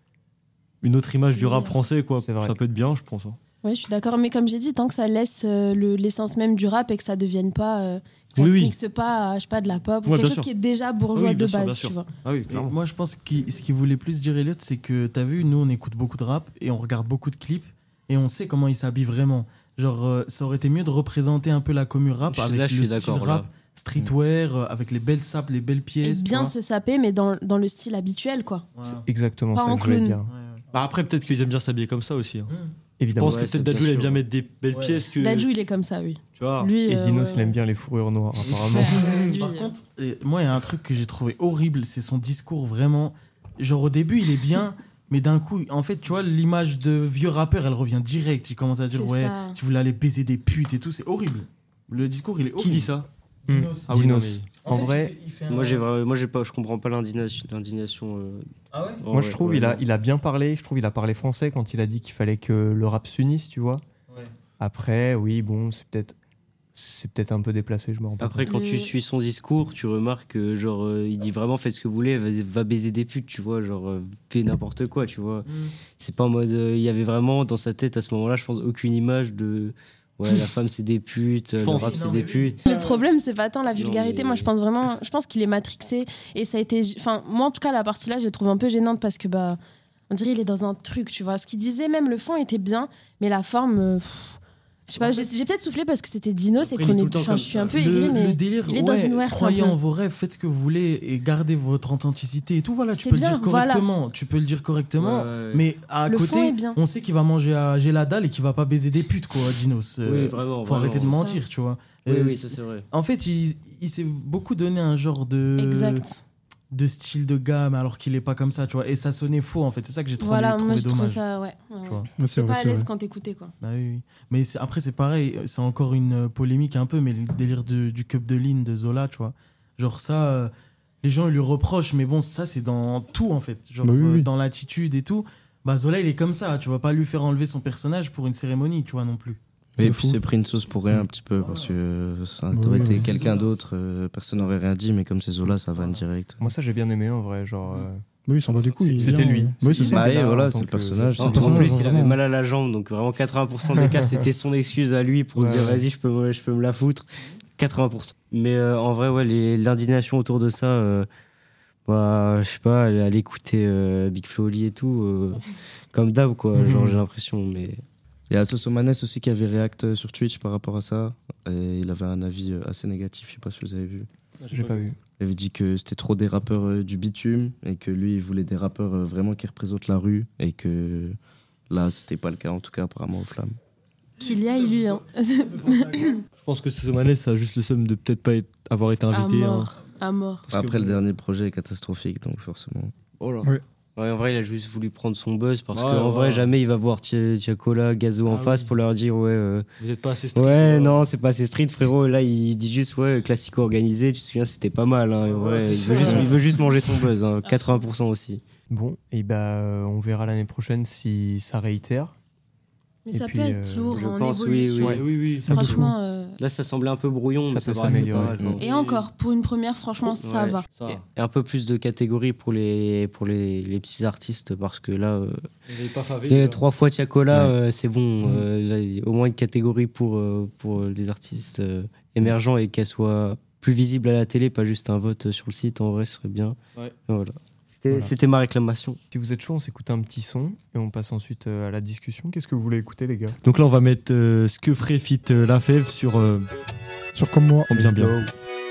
une autre image du rap français, quoi. C'est vrai. Ça peut être bien, je pense. hein. Oui, je suis d'accord. Mais comme j'ai dit, tant que ça laisse euh, le- l'essence même du rap et que ça devienne pas, euh, que ça Oui, se oui. mixe pas, à, je sais pas, de la pop ou Ouais, quelque bien chose sûr. qui est déjà bourgeois Oui, bien de sûr, bien base, sûr. tu vois. Ah oui, Et clairement. moi, je pense que ce qu'il voulait plus dire, Elliot, c'est que t'as vu, nous, on écoute beaucoup de rap et on regarde beaucoup de clips et on sait comment ils s'habillent vraiment. Genre, euh, ça aurait été mieux de représenter un peu la commu rap Je suis- avec là, je le suis style d'accord, rap, là. streetwear, euh, avec les belles sapes, les belles Et pièces. bien tu se saper, mais dans, dans le style habituel, quoi. vois. C'est Voilà. exactement Pas ça en que je voulais clown. dire. Ouais, ouais. Bah, après, peut-être qu'ils aiment bien s'habiller comme ça aussi. hein. Mmh. Je Évidemment. pense Ouais, que c'est peut-être bien Dadju, il aime sûr. bien mettre des belles Ouais. pièces que. Dadju, il est comme ça, oui. Tu vois. Lui, Et euh, Dinos, ouais, il aime ouais. bien les fourrures noires, apparemment. Lui, Par euh, contre, euh, moi, il y a un truc que j'ai trouvé horrible, c'est son discours vraiment. Genre, au début, il est bien, mais d'un coup, en fait, tu vois, l'image de vieux rappeur, elle revient direct. Il commence à dire, C'est ouais, ça. si vous voulez aller baiser des putes et tout, c'est horrible. Le discours, il est horrible. Qui dit ça Dinos. Ah oui, non, Dinos. mais- En fait, vrai, il fait- il fait un- Moi, j'ai vra- moi, j'ai pas, je comprends pas l'indignation. l'indignation euh, Ah ouais en moi, vrai, je trouve ouais, il a, non. il a bien parlé. Je trouve il a parlé français quand il a dit qu'il fallait que le rap s'unisse, tu vois. Ouais. Après, oui, bon, c'est peut-être, c'est peut-être un peu déplacé, je me rends pas Après, compte. quand Le- tu suis son discours, tu remarques que, genre, euh, il dit vraiment faites ce que vous voulez, va, va baiser des putes, tu vois, genre, euh, fais n'importe quoi, tu vois. C'est pas en mode. euh, Il y avait vraiment dans sa tête à ce moment-là, je pense, aucune image de. Ouais, la femme c'est des putes, le pense. rap c'est Non, des mais oui. putes. Le problème, c'est pas tant la Non, vulgarité. mais- Moi, je pense vraiment, je pense qu'il est matrixé et ça a été. Enfin, moi, en tout cas, la partie là, je la trouve un peu gênante parce que bah, on dirait il est dans un truc, tu vois. Ce qu'il disait, même le fond était bien, mais la forme. euh, pff, je sais pas. J'ai j'ai peut-être soufflé parce que c'était Dino, c'est Après, qu'on il est est. tout le temps Enfin, comme je suis ça. un peu le, aigri, mais le délire, il est dans ouais, une werf, croyez un peu. en vos rêves, faites ce que vous voulez et gardez votre authenticité et tout. Voilà, tu C'est peux bien, le dire voilà. correctement. Tu peux le dire correctement, Ouais, ouais. mais à Le fond côté, est bien. on sait qu'il va manger à j'ai la dalle et qu'il va pas baiser des putes, quoi, Dinos. Euh, Oui, vraiment. faut vraiment. arrêter de C'est mentir, ça. tu vois. Oui, Euh, oui, ça c'est vrai. En fait, il, il s'est beaucoup donné un genre de. Exact. de style de gamme alors qu'il est pas comme ça, tu vois. Et ça sonnait faux en fait. C'est ça que j'ai trouvé, voilà, trouvé moi, je dommage. trouve ça, ouais. ouais, tu vois. ouais. C'est, c'est pas à l'aise quand t'écoutais, quoi. Bah oui, oui. Mais c'est, après, c'est pareil. C'est encore une polémique un peu, mais le délire de, du Cup de Lean de Zola, tu vois. Genre ça, euh, les gens ils lui reprochent, mais bon, ça c'est dans tout en fait. Genre bah oui, euh, oui. dans l'attitude et tout. Bah Zola, il est comme ça. Tu vas pas lui faire enlever son personnage pour une cérémonie, tu vois, non plus. Oui, et puis c'est pris une sauce pour rien un petit peu, parce que ça aurait oui, été oui, quelqu'un d'autre, euh, personne n'aurait rien dit, mais comme c'est Zola, ça va direct. Moi, ça j'ai bien aimé en vrai, genre. Euh... Oui, il s'en bat des couilles. C'était lui. Oui, c'est ça. Ah, voilà, c'est le personnage. En plus, il avait mal à la jambe, donc vraiment quatre-vingts pour cent des cas, c'était son excuse à lui pour ouais. se dire vas-y, je peux, je peux me la foutre. quatre-vingts pour cent. Mais euh, en vrai, ouais, les, l'indignation autour de ça, euh, bah, je sais pas, aller écouter euh, Big Flo Oli et tout, euh, comme d'hab, quoi, mm-hmm. genre j'ai l'impression, mais. Il y a Sosomanes aussi qui avait réact sur Twitch par rapport à ça. Et il avait un avis assez négatif, je sais pas si vous avez vu. J'ai pas vu. Il avait dit que c'était trop des rappeurs du bitume et que lui, il voulait des rappeurs vraiment qui représentent la rue et que là, c'était pas le cas, en tout cas, apparemment, aux Flammes. Qu'il y aille, lui. Hein. Je pense que Sosomanes a juste le somme de peut-être pas être, avoir été invité. À mort. Hein. À mort. Après, le dernier projet est catastrophique, donc forcément. Oh là. Oui. Ouais, en vrai, il a juste voulu prendre son buzz parce ouais, qu'en ouais. vrai, jamais il va voir Tiakola, Gazo ah, en face oui. pour leur dire ouais. Euh, Vous êtes pas assez street. Ouais, non, c'est pas assez street, frérot. Là, il dit juste ouais, classico organisé. Tu te souviens, c'était pas mal. Hein, ouais, ouais, il, veut juste, il veut juste manger son buzz, hein, quatre-vingts pour cent aussi. Bon, et bah, on verra l'année prochaine si ça réitère. Mais et ça puis, peut être lourd euh, en pense, évolution. Oui, oui, oui. Franchement. Euh... Là, ça semblait un peu brouillon, ça mais peut ça va s'améliorer. Et encore, pour une première, franchement, ça ouais, va. Ça. Et un peu plus de catégories pour les, pour les, les petits artistes, parce que là, euh, pas favé, dès là. trois fois Tiakola, ouais. euh, c'est bon. Mmh. Euh, là, il y a au moins une catégorie pour, euh, pour les artistes euh, émergents et qu'elle soit plus visible à la télé, pas juste un vote sur le site. En vrai, ce serait bien. Ouais. Voilà. C'était, voilà. C'était ma réclamation. Si vous êtes chaud, on s'écoute un petit son et on passe ensuite euh, à la discussion. Qu'est-ce que vous voulez écouter, les gars ? Donc là, on va mettre euh, ce que ferait fit euh, La Fève sur. Euh, sur Comme Moi. On bien bien.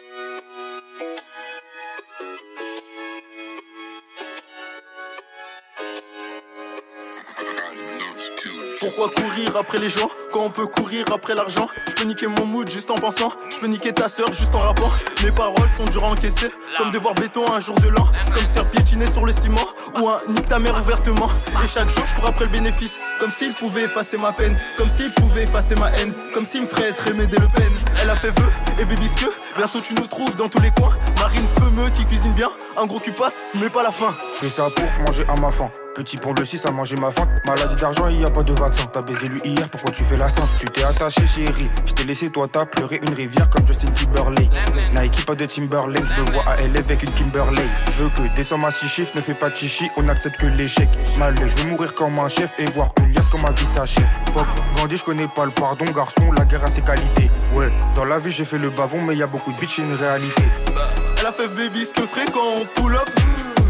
Pourquoi courir après les gens quand on peut courir après l'argent? Je peux niquer mon mood juste en pensant, je peux niquer ta sœur juste en rappant. Mes paroles sont dures à encaisser, comme devoir béton un jour de l'an, comme se faire piétiner sur le ciment, ou un nique ta mère ouvertement. Et chaque jour je cours après le bénéfice, comme s'il pouvait effacer ma peine, comme s'il pouvait effacer ma haine, comme s'il me ferait être aimé dès Le Pen. Elle a fait vœu et bébisque, bientôt tu nous trouves dans tous les coins. Marine Feumeux qui cuisine bien, un gros cul passe mais pas la faim. Je fais ça pour manger à ma faim. Petit pour le six à manger ma faim. Maladie d'argent, y a pas de vaccin. T'as baisé lui hier, pourquoi tu fais la sainte? Tu t'es attaché chérie, je t'ai laissé toi t'as pleuré une rivière comme Justin Timberlake. Nike pas de Timberlake, je me vois à L A avec une Kimberley. Je veux que des sommes à six chiffres, ne fais pas de chichi, on accepte que l'échec. Mal, je veux mourir comme un chef et voir une liasse comme un vice à chef. Fuck, Gandhi, je connais pas le pardon, garçon, la guerre a ses qualités. Ouais, dans la vie j'ai fait le bavon, mais y a beaucoup de bitch et une réalité. Elle a fait baby ce que ferait quand on pull up.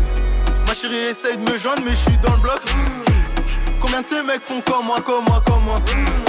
Ma chérie essaye de me joindre mais je suis dans le bloc. Combien de ces mecs font comme moi, comme moi, comme moi?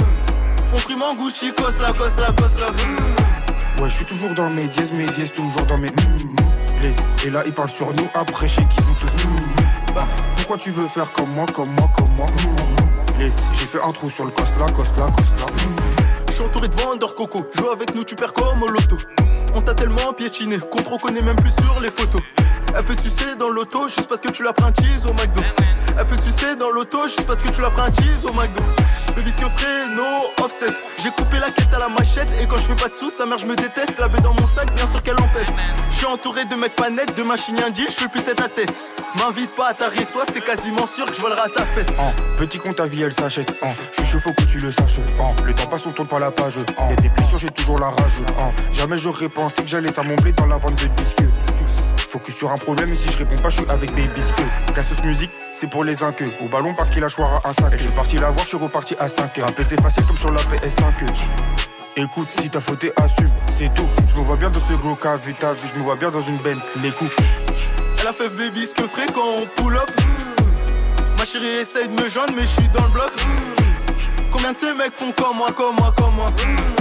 On prime en Gucci, cos la, cos la, cos la. Ouais, je suis toujours dans mes dièses, mes dièses, toujours dans mes les. Et là ils parlent sur nous, après chez qui vont tous bah, pourquoi tu veux faire comme moi, comme moi, comme moi? Les. J'ai fait un trou sur le cos la, cos la, cos la. Je suis entouré de vendeurs coco, joue avec nous tu perds comme au loto. On t'a tellement piétiné qu'on te reconnaît même plus sur les photos. Elle peut sucer dans l'auto juste parce que tu l'as pris un cheese au McDo. Elle peut sucer dans l'auto juste parce que tu l'as pris un cheese au McDo. Baby ce que ferait, no offset. J'ai coupé la quête à la machette. Et quand je fais pas de sous, sa mère je me déteste. La baie dans mon sac, bien sûr qu'elle empeste. Je suis entouré de mecs pas nets, de machines indies, je fais plus tête à tête. M'invite pas à ta reçoit, c'est quasiment sûr que je volerai à ta fête. Oh, petit con ta vie elle s'achète. Oh, je suis chaud faut que tu le saches. Oh, le temps passe on tourne pas la page. Oh, y'a des blessures j'ai toujours la rage. Oh, jamais j'aurais pensé que j'allais faire mon blé dans la vente de disques. Focus sur un problème et si je réponds pas je suis avec Babysque. Cassos musique c'est pour les inqueux. Au ballon parce qu'il a choix à un cinq. Et je suis parti la voir, je suis reparti à cinq heures. Un P C facile comme sur la P S cinq. Écoute, si t'as fauté, assume, c'est tout. Je me vois bien dans ce gros cas, vu ta vie, je me vois bien dans une Bentley coupe. Elle a fait baby ce que ferait quand on pull up. Ma chérie essaye de me joindre mais je suis dans le bloc. Combien de ces mecs font comme moi, comme moi, comme moi?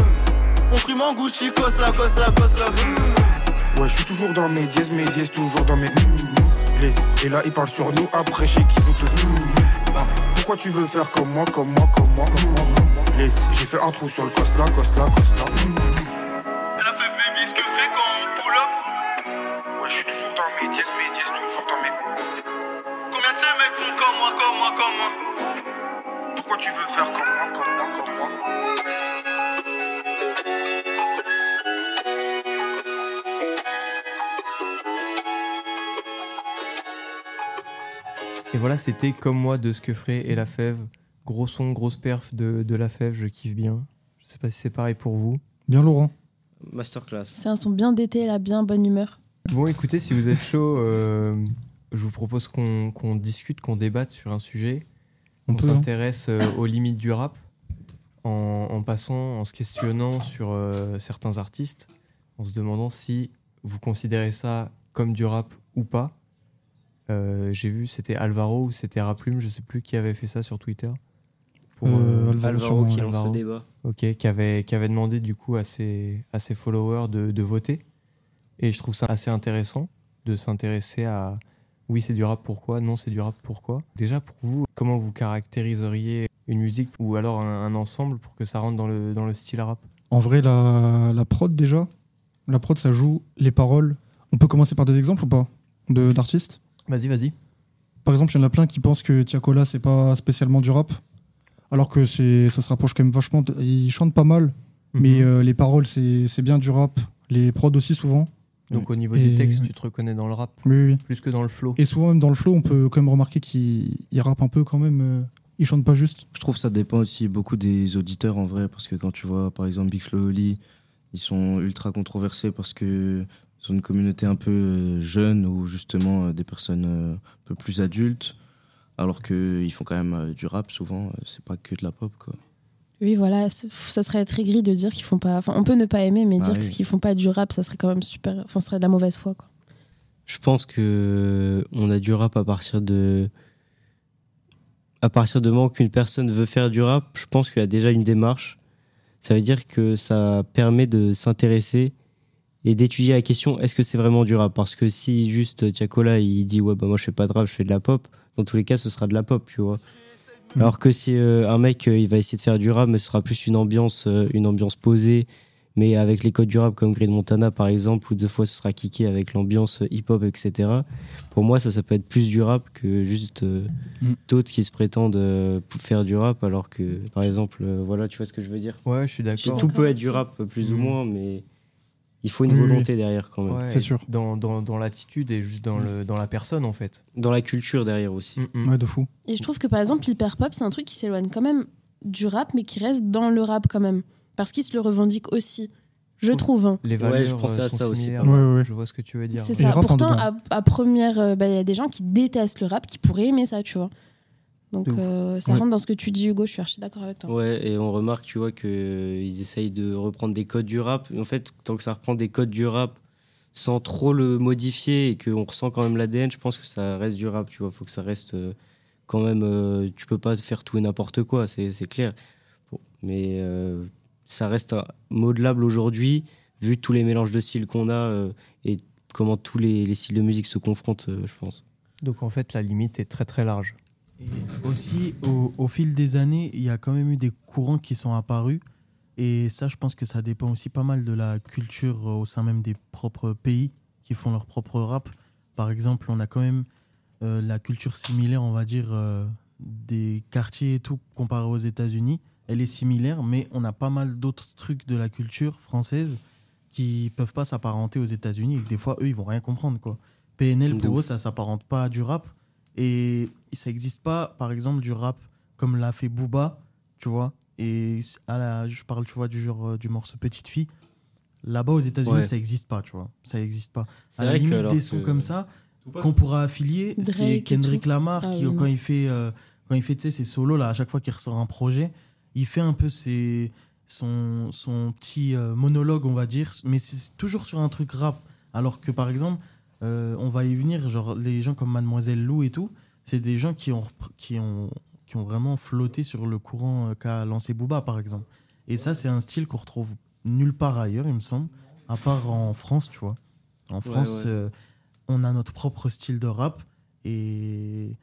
On prime en Gucci, cos la, cos la, cos la. Ouais, je suis toujours dans mes dièses, mes dièses, toujours dans mes les. Et là, ils parlent sur nous, après chez qui vont tous ah, pourquoi tu veux faire comme moi, comme moi, comme moi, comme moi? Les. J'ai fait un trou sur le cos là, cos là, cos là. Elle a fait baby ce que ferait quand on pull up. Ouais, je suis toujours dans dans mes dièses, mes dièses toujours dans mes. Combien de ces mecs font comme moi, comme moi, comme moi? Pourquoi tu veux faire comme moi, comme moi, comme moi? Et voilà, c'était Comme moi de Skeufré et La Fève. Gros son, grosse perf de, de La Fève, je kiffe bien. Je sais pas si c'est pareil pour vous. Bien Laurent. Masterclass. C'est un son bien d'été, là, bien bonne humeur. Bon, écoutez, si vous êtes chaud, euh, je vous propose qu'on, qu'on discute, qu'on débatte sur un sujet. On, on peut, s'intéresse hein. euh, aux limites du rap, en, en passant, en se questionnant sur euh, certains artistes, en se demandant si vous considérez ça comme du rap ou pas. Euh, j'ai vu, c'était Alvaro ou c'était Raplume, je sais plus qui avait fait ça sur Twitter. Pour, euh, Alvaro, Alvaro qui lance le débat. Ok, qui avait, qui avait demandé du coup à ses, à ses followers de, de voter. Et je trouve ça assez intéressant de s'intéresser à oui, c'est du rap, pourquoi? Non, c'est du rap, pourquoi? Déjà, pour vous, comment vous caractériseriez une musique ou alors un, un ensemble pour que ça rentre dans le, dans le style rap? En vrai, la, la prod déjà, la prod ça joue, les paroles. On peut commencer par des exemples ou pas de, d'artistes? Vas-y, vas-y. Par exemple, il y en a plein qui pensent que Tiakola, c'est pas spécialement du rap, alors que c'est, ça se rapproche quand même vachement. De, il chante pas mal, mm-hmm. mais euh, les paroles, c'est, c'est bien du rap. Les prods aussi, souvent. Donc au niveau et... du texte, tu te reconnais dans le rap, oui, oui. plus que dans le flow. Et souvent, même dans le flow, on peut quand même remarquer qu'il il rappe un peu quand même. Euh, il chante pas juste. Je trouve que ça dépend aussi beaucoup des auditeurs en vrai, parce que quand tu vois, par exemple, Big Flo et Oli, ils sont ultra controversés parce que ils ont une communauté un peu jeune ou justement des personnes un peu plus adultes, alors qu'ils font quand même du rap souvent, c'est pas que de la pop quoi. Oui, voilà, ça serait très gris de dire qu'ils font pas. Enfin, on peut ne pas aimer, mais ah dire oui. qu'ils font pas du rap, ça serait quand même super. Enfin, ce serait de la mauvaise foi quoi. Je pense que on a du rap à partir de. À partir du moment qu'une personne veut faire du rap, je pense qu'il y a déjà une démarche. Ça veut dire que ça permet de s'intéresser et d'étudier la question, est-ce que c'est vraiment du rap? Parce que si juste Tiakola il dit ouais bah moi je fais pas de rap, je fais de la pop, dans tous les cas ce sera de la pop, tu vois. Mmh. Alors que si euh, un mec euh, il va essayer de faire du rap, mais ce sera plus une ambiance, euh, une ambiance posée, mais avec les codes du rap comme Green Montana par exemple, ou deux fois ce sera kické avec l'ambiance hip-hop, et cetera. Pour moi ça, ça peut être plus du rap que juste euh, mmh. d'autres qui se prétendent euh, pour faire du rap, alors que par exemple, euh, voilà, tu vois ce que je veux dire? Ouais, je suis d'accord. Tout d'accord peut être aussi. du rap plus mmh. ou moins, mais il faut une oui, volonté oui. derrière quand même. Ouais, c'est sûr. Dans, dans, dans l'attitude et juste dans, le, dans la personne en fait. Dans la culture derrière aussi. Mm-hmm. Ouais, de fou. Et je trouve que par exemple, l'hyper-pop, c'est un truc qui s'éloigne quand même du rap, mais qui reste dans le rap quand même. Parce qu'il se le revendique aussi. Je trouve. Hein. Les valeurs ouais, je pensais à ça aussi. Ouais, ouais. Je vois ce que tu veux dire. C'est ouais. ça. Pourtant, à, à première, il euh, bah, y a des gens qui détestent le rap, qui pourraient aimer ça, tu vois. Donc euh, ça ouais. rentre dans ce que tu dis, Hugo, je suis archi d'accord avec toi. Ouais, et on remarque, tu vois, qu'ils essayent de reprendre des codes du rap. En fait, tant que ça reprend des codes du rap sans trop le modifier et qu'on ressent quand même l'A D N, je pense que ça reste du rap, tu vois. Faut que ça reste euh, quand même... Euh, tu peux pas faire tout et n'importe quoi, c'est, c'est clair. Bon, mais euh, ça reste modelable aujourd'hui, vu tous les mélanges de styles qu'on a euh, et comment tous les, les styles de musique se confrontent, euh, je pense. Donc en fait, la limite est très très large. Et aussi, au, au fil des années, il y a quand même eu des courants qui sont apparus. Et ça, je pense que ça dépend aussi pas mal de la culture au sein même des propres pays qui font leur propre rap. Par exemple, on a quand même euh, la culture similaire, on va dire, euh, des quartiers et tout, comparé aux États-Unis. Elle est similaire, mais on a pas mal d'autres trucs de la culture française qui peuvent pas s'apparenter aux États-Unis. Et que des fois, eux, ils vont rien comprendre, quoi. P N L, pour eux, ça s'apparente pas à du rap. Et ça n'existe pas, par exemple, du rap comme l'a fait Booba, tu vois. Et à la, je parle, tu vois, du genre du morceau Petite Fille. Là-bas, aux États-Unis, ouais. ça n'existe pas, tu vois. Ça n'existe pas. C'est à la limite, des sons que... comme ça qu'on pourra affilier, Drake c'est Kendrick Lamar ah, qui, oui. quand il fait, euh, quand il fait, tu sais, ses solos là, à chaque fois qu'il ressort un projet, il fait un peu ses, son, son petit euh, monologue, on va dire, mais c'est toujours sur un truc rap. Alors que, par exemple, euh, on va y venir, genre les gens comme Mademoiselle Lou et tout, c'est des gens qui ont, qui ont, qui ont vraiment flotté sur le courant qu'a lancé Booba, par exemple. Et ça, c'est un style qu'on retrouve nulle part ailleurs, il me semble, à part en France, tu vois. En France, ouais, ouais. Euh, on a notre propre style de rap et,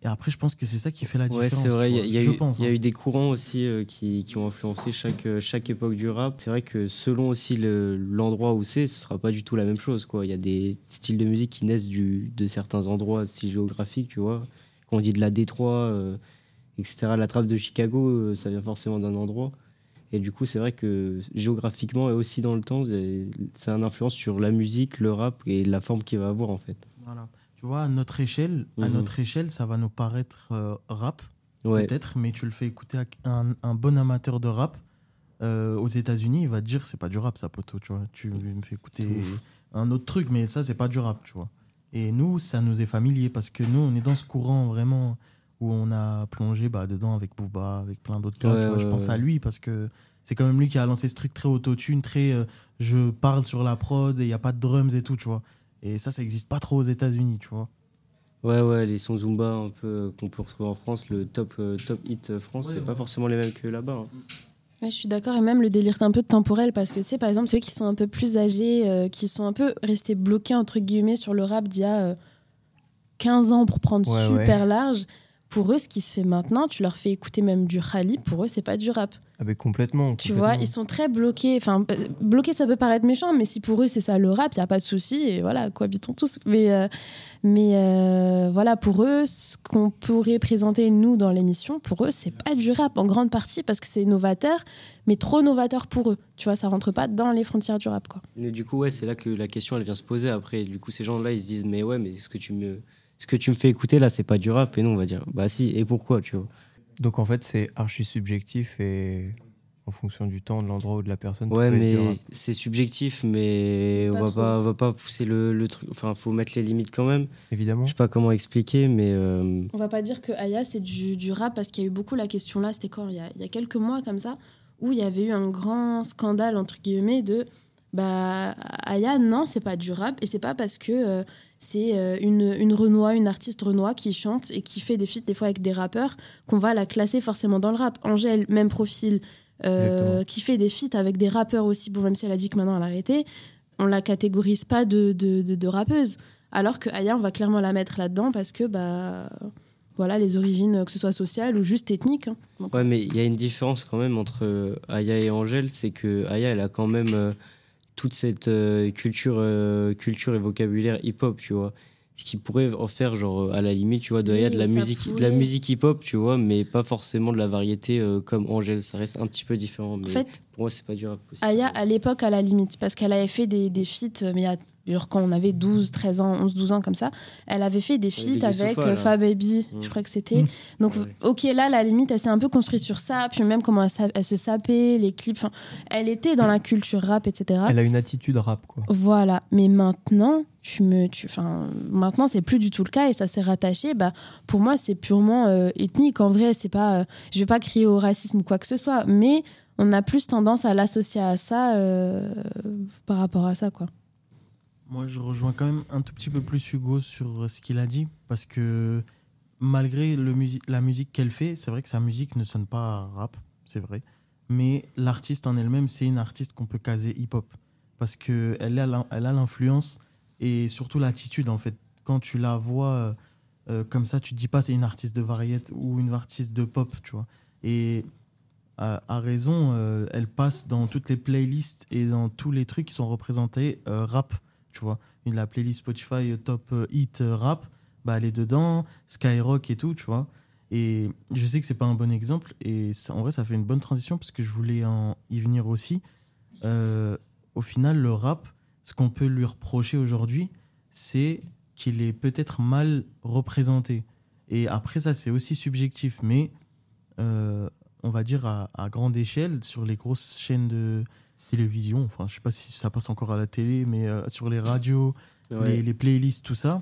Et après, je pense que c'est ça qui fait la différence. Ouais, c'est vrai. Il y, y, eu, y a hein. eu des courants aussi euh, qui, qui ont influencé chaque, chaque époque du rap. C'est vrai que selon aussi le, l'endroit où c'est, ce sera pas du tout la même chose, quoi. Il y a des styles de musique qui naissent du, de certains endroits, style géographique, tu vois. Quand on dit de la Détroit, euh, et cetera, la trappe de Chicago, euh, ça vient forcément d'un endroit. Et du coup, c'est vrai que géographiquement et aussi dans le temps, ça a une influence sur la musique, le rap et la forme qu'il va avoir, en fait. Voilà. Tu vois, à notre échelle, mmh. à notre échelle, ça va nous paraître euh, rap, ouais. peut-être, mais tu le fais écouter à un, un bon amateur de rap euh, aux États-Unis, il va te dire c'est pas du rap, ça, poteau. Tu vois, tu me fais écouter Ouf. un autre truc, mais ça, c'est pas du rap, tu vois. Et nous, ça nous est familier parce que nous, on est dans ce courant vraiment où on a plongé bah, dedans avec Booba, avec plein d'autres gars. Ouais, tu vois, ouais, je pense ouais. à lui parce que c'est quand même lui qui a lancé ce truc très autotune, très euh, je parle sur la prod et il n'y a pas de drums et tout, tu vois. Et ça, ça n'existe pas trop aux États-Unis, tu vois. Ouais, ouais, les sons Zumba un peu euh, qu'on peut retrouver en France, le top, euh, top hit France, ouais, c'est ouais. pas forcément les mêmes que là-bas. Hein. Ouais, je suis d'accord, et même le délire un peu temporel, parce que tu sais, par exemple, ceux qui sont un peu plus âgés, euh, qui sont un peu restés bloqués, entre guillemets, sur le rap d'il y a euh, quinze ans pour prendre ouais, super ouais. large, pour eux, ce qui se fait maintenant, tu leur fais écouter même du Khali, pour eux, c'est pas du rap. Ah ben complètement. Tu complètement. vois, ils sont très bloqués. Enfin, bloqués, ça peut paraître méchant, mais si pour eux, c'est ça le rap, il n'y a pas de souci, et voilà, cohabitons tous. Mais, euh, mais euh, voilà, pour eux, ce qu'on pourrait présenter, nous, dans l'émission, pour eux, c'est pas du rap, en grande partie, parce que c'est novateur, mais trop novateur pour eux. Tu vois, ça rentre pas dans les frontières du rap, quoi. Mais du coup, ouais, c'est là que la question, elle vient se poser après. Du coup, ces gens-là, ils se disent, mais ouais, mais ce que tu me... ce que tu me fais écouter là, c'est pas du rap. Et nous, on va dire, bah si, et pourquoi, tu vois. Donc en fait, c'est archi subjectif et en fonction du temps, de l'endroit ou de la personne. Ouais, mais c'est subjectif, mais pas on va pas, on va pas pousser le, le truc. Enfin, faut mettre les limites quand même. Évidemment. Je sais pas comment expliquer, mais. Euh... On va pas dire que Aya c'est du, du rap parce qu'il y a eu beaucoup la question là. C'était quand il y a, il y a quelques mois comme ça où il y avait eu un grand scandale entre guillemets de. Bah, Aya, non, c'est pas du rap et c'est pas parce que euh, c'est euh, une, une Renois, une artiste Renois qui chante et qui fait des feats des fois avec des rappeurs qu'on va la classer forcément dans le rap. Angèle, même profil, euh, qui fait des feats avec des rappeurs aussi, bon, même si elle a dit que maintenant elle a arrêté, on la catégorise pas de, de, de, de rappeuse. Alors que Aya, on va clairement la mettre là-dedans parce que, bah, voilà, les origines, que ce soit sociales ou juste ethniques. Hein. Donc, ouais, mais il y a une différence quand même entre Aya et Angèle, c'est que Aya, elle a quand même. Euh, toute cette euh, culture, euh, culture et vocabulaire hip-hop, tu vois. Ce qui pourrait en faire, genre, à la limite, tu vois, de, oui, de, la, musique, de la musique hip-hop, tu vois, mais pas forcément de la variété euh, comme Angèle. Ça reste un petit peu différent, mais en fait, pour moi, c'est pas du rap aussi. Aya, à l'époque, à la limite, parce qu'elle avait fait des, des feats, mais il y a genre quand on avait douze, treize ans, onze, douze ans comme ça, elle avait fait des feats avec euh, Fababy, mmh. je crois que c'était. Mmh. Donc, ouais. ok, là, la limite, elle s'est un peu construite sur ça, puis même comment elle, elle se sapait, les clips, elle était dans la culture rap, et cetera. Elle a une attitude rap, quoi. Voilà, mais maintenant, tu me, tu, maintenant, c'est plus du tout le cas et ça s'est rattaché. Bah, pour moi, c'est purement euh, ethnique. En vrai, c'est pas, euh, je vais pas crier au racisme ou quoi que ce soit, mais on a plus tendance à l'associer à ça euh, par rapport à ça, quoi. Moi, je rejoins quand même un tout petit peu plus Hugo sur ce qu'il a dit, parce que malgré le musi- la musique qu'elle fait, c'est vrai que sa musique ne sonne pas rap, c'est vrai, mais l'artiste en elle-même, c'est une artiste qu'on peut caser hip-hop, parce qu'elle a, elle a l'influence et surtout l'attitude, en fait. Quand tu la vois euh, comme ça, tu te dis pas c'est une artiste de variété ou une artiste de pop, tu vois. Et à, à raison, euh, elle passe dans toutes les playlists et dans tous les trucs qui sont représentés euh, rap. Tu vois, la playlist Spotify euh, Top euh, Hit euh, Rap, bah, elle est dedans, Skyrock et tout, tu vois. Et je sais que c'est pas un bon exemple, et ça, en vrai, ça fait une bonne transition, parce que je voulais en y venir aussi. Euh, au final, le rap, ce qu'on peut lui reprocher aujourd'hui, c'est qu'il est peut-être mal représenté. Et après, ça, c'est aussi subjectif, mais euh, on va dire à, à grande échelle, sur les grosses chaînes de télévision, enfin je sais pas si ça passe encore à la télé, mais euh, sur les radios, ouais. les, les playlists, tout ça,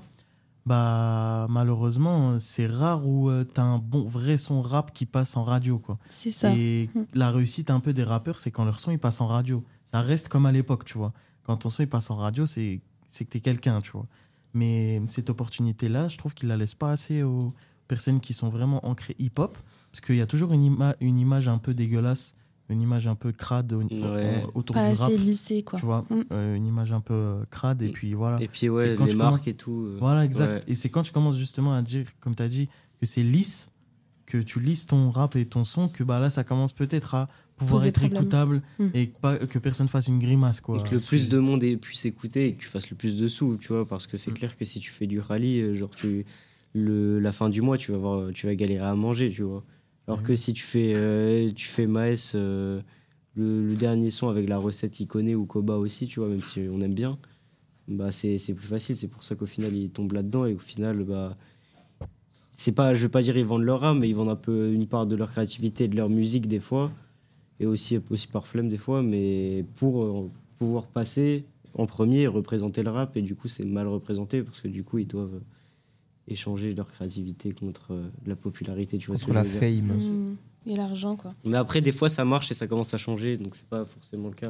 bah malheureusement c'est rare où euh, t'as un bon vrai son rap qui passe en radio, quoi. C'est ça. Et mmh. la réussite un peu des rappeurs, c'est quand leur son il passe en radio. Ça reste comme à l'époque, tu vois. Quand ton son il passe en radio, c'est c'est que t'es quelqu'un, tu vois. Mais cette opportunité là, je trouve qu'ils la laissent pas assez aux personnes qui sont vraiment ancrées hip-hop, parce qu'il y a toujours une, ima- une image un peu dégueulasse une image un peu crade au, ouais. autour pas du rap. Pas assez lissé, quoi. Tu vois, mm. euh, une image un peu euh, crade, et puis voilà. Et puis, ouais, les marques commences... et tout. Euh... Voilà, exact. Ouais. Et c'est quand tu commences justement à dire, comme tu as dit, que c'est lisse, que tu lisses ton rap et ton son, que bah, là, ça commence peut-être à pouvoir Poser être problème. écoutable mm. et que, pas, que personne fasse une grimace, quoi. Et que le c'est... plus de monde puisse écouter et que tu fasses le plus de sous, tu vois, parce que c'est mm. clair que si tu fais du rallye, genre, tu, le, la fin du mois, tu vas, voir, tu vas galérer à manger, tu vois. Alors mm. que si tu fais, euh, tu fais Maes, euh, le, le dernier son avec la recette qu'il connaît, ou Koba aussi, tu vois, même si on aime bien, bah, c'est, c'est plus facile. C'est pour ça qu'au final, ils tombent là-dedans et au final, bah, c'est pas, je vais pas dire ils vendent leur âme, mais ils vendent un peu une part de leur créativité et de leur musique des fois, et aussi, aussi par flemme des fois, mais pour euh, pouvoir passer en premier et représenter le rap, et du coup c'est mal représenté parce que du coup ils doivent échanger leur créativité contre euh, la popularité, tu vois, contre ce que la je veux fame dire. Mmh. Et l'argent, quoi. Mais après des fois ça marche et ça commence à changer, donc c'est pas forcément le cas.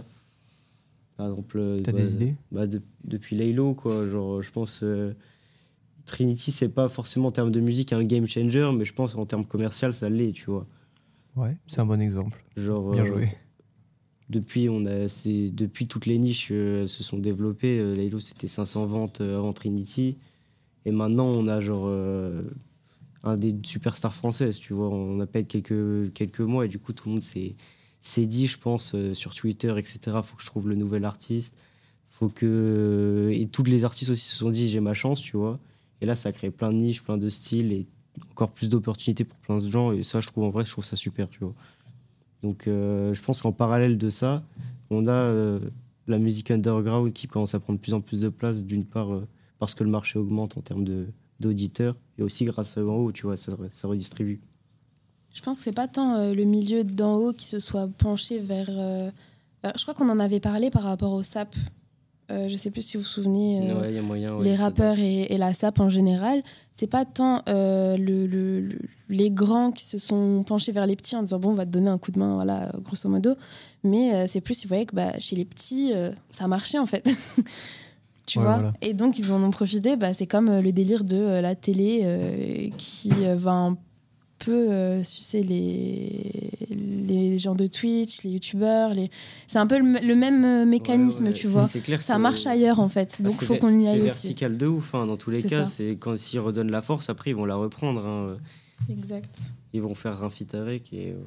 Par exemple, t'as bah, des idées bah, de, depuis Laylo, quoi, genre je pense euh, Trinity, c'est pas forcément en termes de musique un game changer, mais je pense en termes commercial, ça l'est, tu vois. Ouais, c'est un bon exemple. Genre, bien joué. Euh, depuis, on a, c'est, depuis, toutes les niches euh, se sont développées. Euh, Laylo, c'était cinq cents ventes euh, avant Trinity. Et maintenant, on a genre euh, un des superstars françaises, tu vois. On a peut-être quelques, quelques mois et du coup, tout le monde s'est, s'est dit, je pense, euh, sur Twitter, et cetera, faut que je trouve le nouvel artiste. Faut que... Et tous les artistes aussi se sont dit, j'ai ma chance, tu vois. Et là, ça crée plein de niches, plein de styles et encore plus d'opportunités pour plein de gens. Et ça, je trouve, en vrai, je trouve ça super, tu vois. Donc, euh, je pense qu'en parallèle de ça, on a euh, la musique underground qui commence à prendre de plus en plus de place, d'une part, euh, parce que le marché augmente en termes de, d'auditeurs, et aussi grâce à en haut, tu vois, ça, ça redistribue. Je pense que c'est pas tant euh, le milieu d'en haut qui se soit penché vers, euh, vers... Je crois qu'on en avait parlé par rapport au S A P. Euh, je sais plus si vous vous souvenez, euh, ouais, y a moyen, ouais, les rappeurs et, et la S A P en général, c'est pas tant euh, le, le, le, les grands qui se sont penchés vers les petits en disant bon, on va te donner un coup de main, voilà, grosso modo, mais euh, c'est plus, ils voyaient que bah, chez les petits, euh, ça marchait en fait. Tu ouais, vois voilà. Et donc, ils en ont profité. Bah, c'est comme euh, le délire de euh, la télé euh, qui euh, va un peu euh, sucer les, les gens de Twitch, les youtubeurs. Les... C'est un peu le, le même euh, mécanisme, ouais, ouais. tu vois. C'est clair, ça c'est... marche ailleurs, en fait. Donc, il faut ver- qu'on y aille aussi. C'est vertical de ouf. Hein. Dans tous les c'est cas, ça. c'est quand s'ils redonnent la force, après, ils vont la reprendre. Hein. Exact. Ils vont faire un feat avec et... Euh...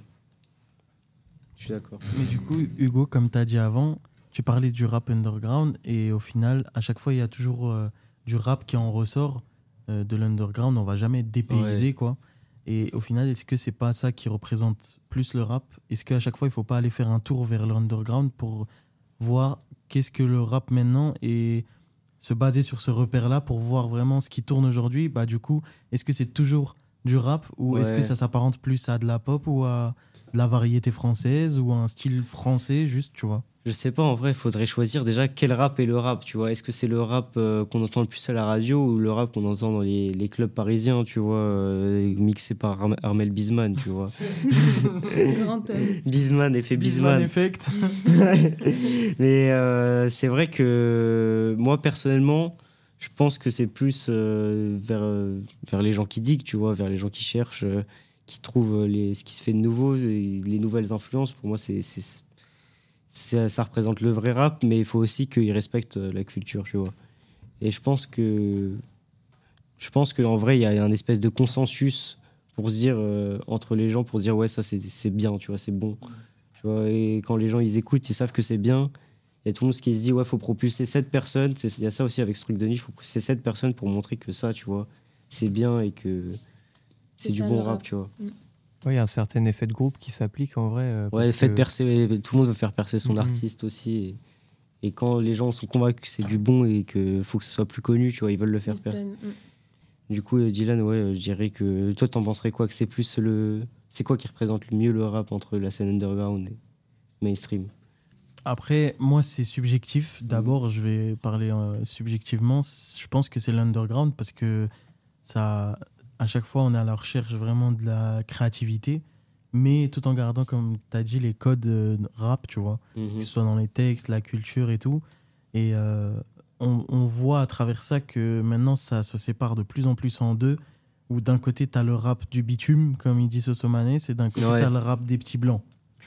Je suis d'accord. Mais du coup, Hugo, comme tu as dit avant, tu parlais du rap underground et au final, à chaque fois, il y a toujours euh, du rap qui en ressort euh, de l'underground. On va jamais être dépaysé, ouais. quoi. Et au final, est-ce que c'est pas ça qui représente plus le rap ? Est-ce qu'à chaque fois, il faut pas aller faire un tour vers l'underground pour voir qu'est-ce que le rap maintenant et se baser sur ce repère-là pour voir vraiment ce qui tourne aujourd'hui ? Bah, du coup, est-ce que c'est toujours du rap ou ouais. est-ce que ça s'apparente plus à de la pop ou à de la variété française ou à un style français, juste, tu vois ? Je sais pas, en vrai, il faudrait choisir déjà quel rap est le rap, tu vois. Est-ce que c'est le rap euh, qu'on entend le plus à la radio ou le rap qu'on entend dans les, les clubs parisiens, tu vois, euh, mixé par Ar- Armel Bisman, tu vois. Bisman, effet Bisman. Bisman effect. Mais euh, c'est vrai que moi, personnellement, je pense que c'est plus euh, vers, euh, vers les gens qui diguent, tu vois, vers les gens qui cherchent, euh, qui trouvent les, ce qui se fait de nouveau, les nouvelles influences. Pour moi, c'est... c'est Ça, ça représente le vrai rap, mais il faut aussi qu'ils respectent la culture, tu vois. Et je pense que, je pense qu'en vrai, il y a un espèce de consensus pour se dire euh, entre les gens, pour se dire ouais, ça c'est, c'est bien, tu vois, c'est bon. Tu vois, et quand les gens ils écoutent, ils savent que c'est bien. Il y a tout le monde qui se dit ouais, faut propulser cette personne. Il y a ça aussi avec ce truc de niche, faut propulser cette personne pour montrer que ça, tu vois, c'est bien et que c'est, c'est du bon rap, rap, tu vois. Mm. Il ouais, y a un certain effet de groupe qui s'applique en vrai. Euh, ouais, fait que... de percer, tout le monde veut faire percer son mm-hmm. artiste aussi. Et, et quand les gens sont convaincus que c'est du bon et qu'il faut que ce soit plus connu, tu vois, ils veulent le faire percer. Mm. Du coup, Dylan, ouais, je dirais que toi, t'en penserais quoi ? Que c'est plus le. C'est quoi qui représente le mieux le rap entre la scène underground et mainstream ? Après, moi, c'est subjectif. D'abord, mm. je vais parler euh, subjectivement. Je pense que c'est l'underground parce que ça. À chaque fois, on est à la recherche vraiment de la créativité, mais tout en gardant, comme tu as dit, les codes euh, rap, tu vois, mm-hmm. que ce soit dans les textes, la culture et tout. Et euh, on, on voit à travers ça que maintenant, ça se sépare de plus en plus en deux, où d'un côté, tu as le rap du bitume, comme il dit Sosomane, et d'un côté, ouais. tu as le rap des petits blancs.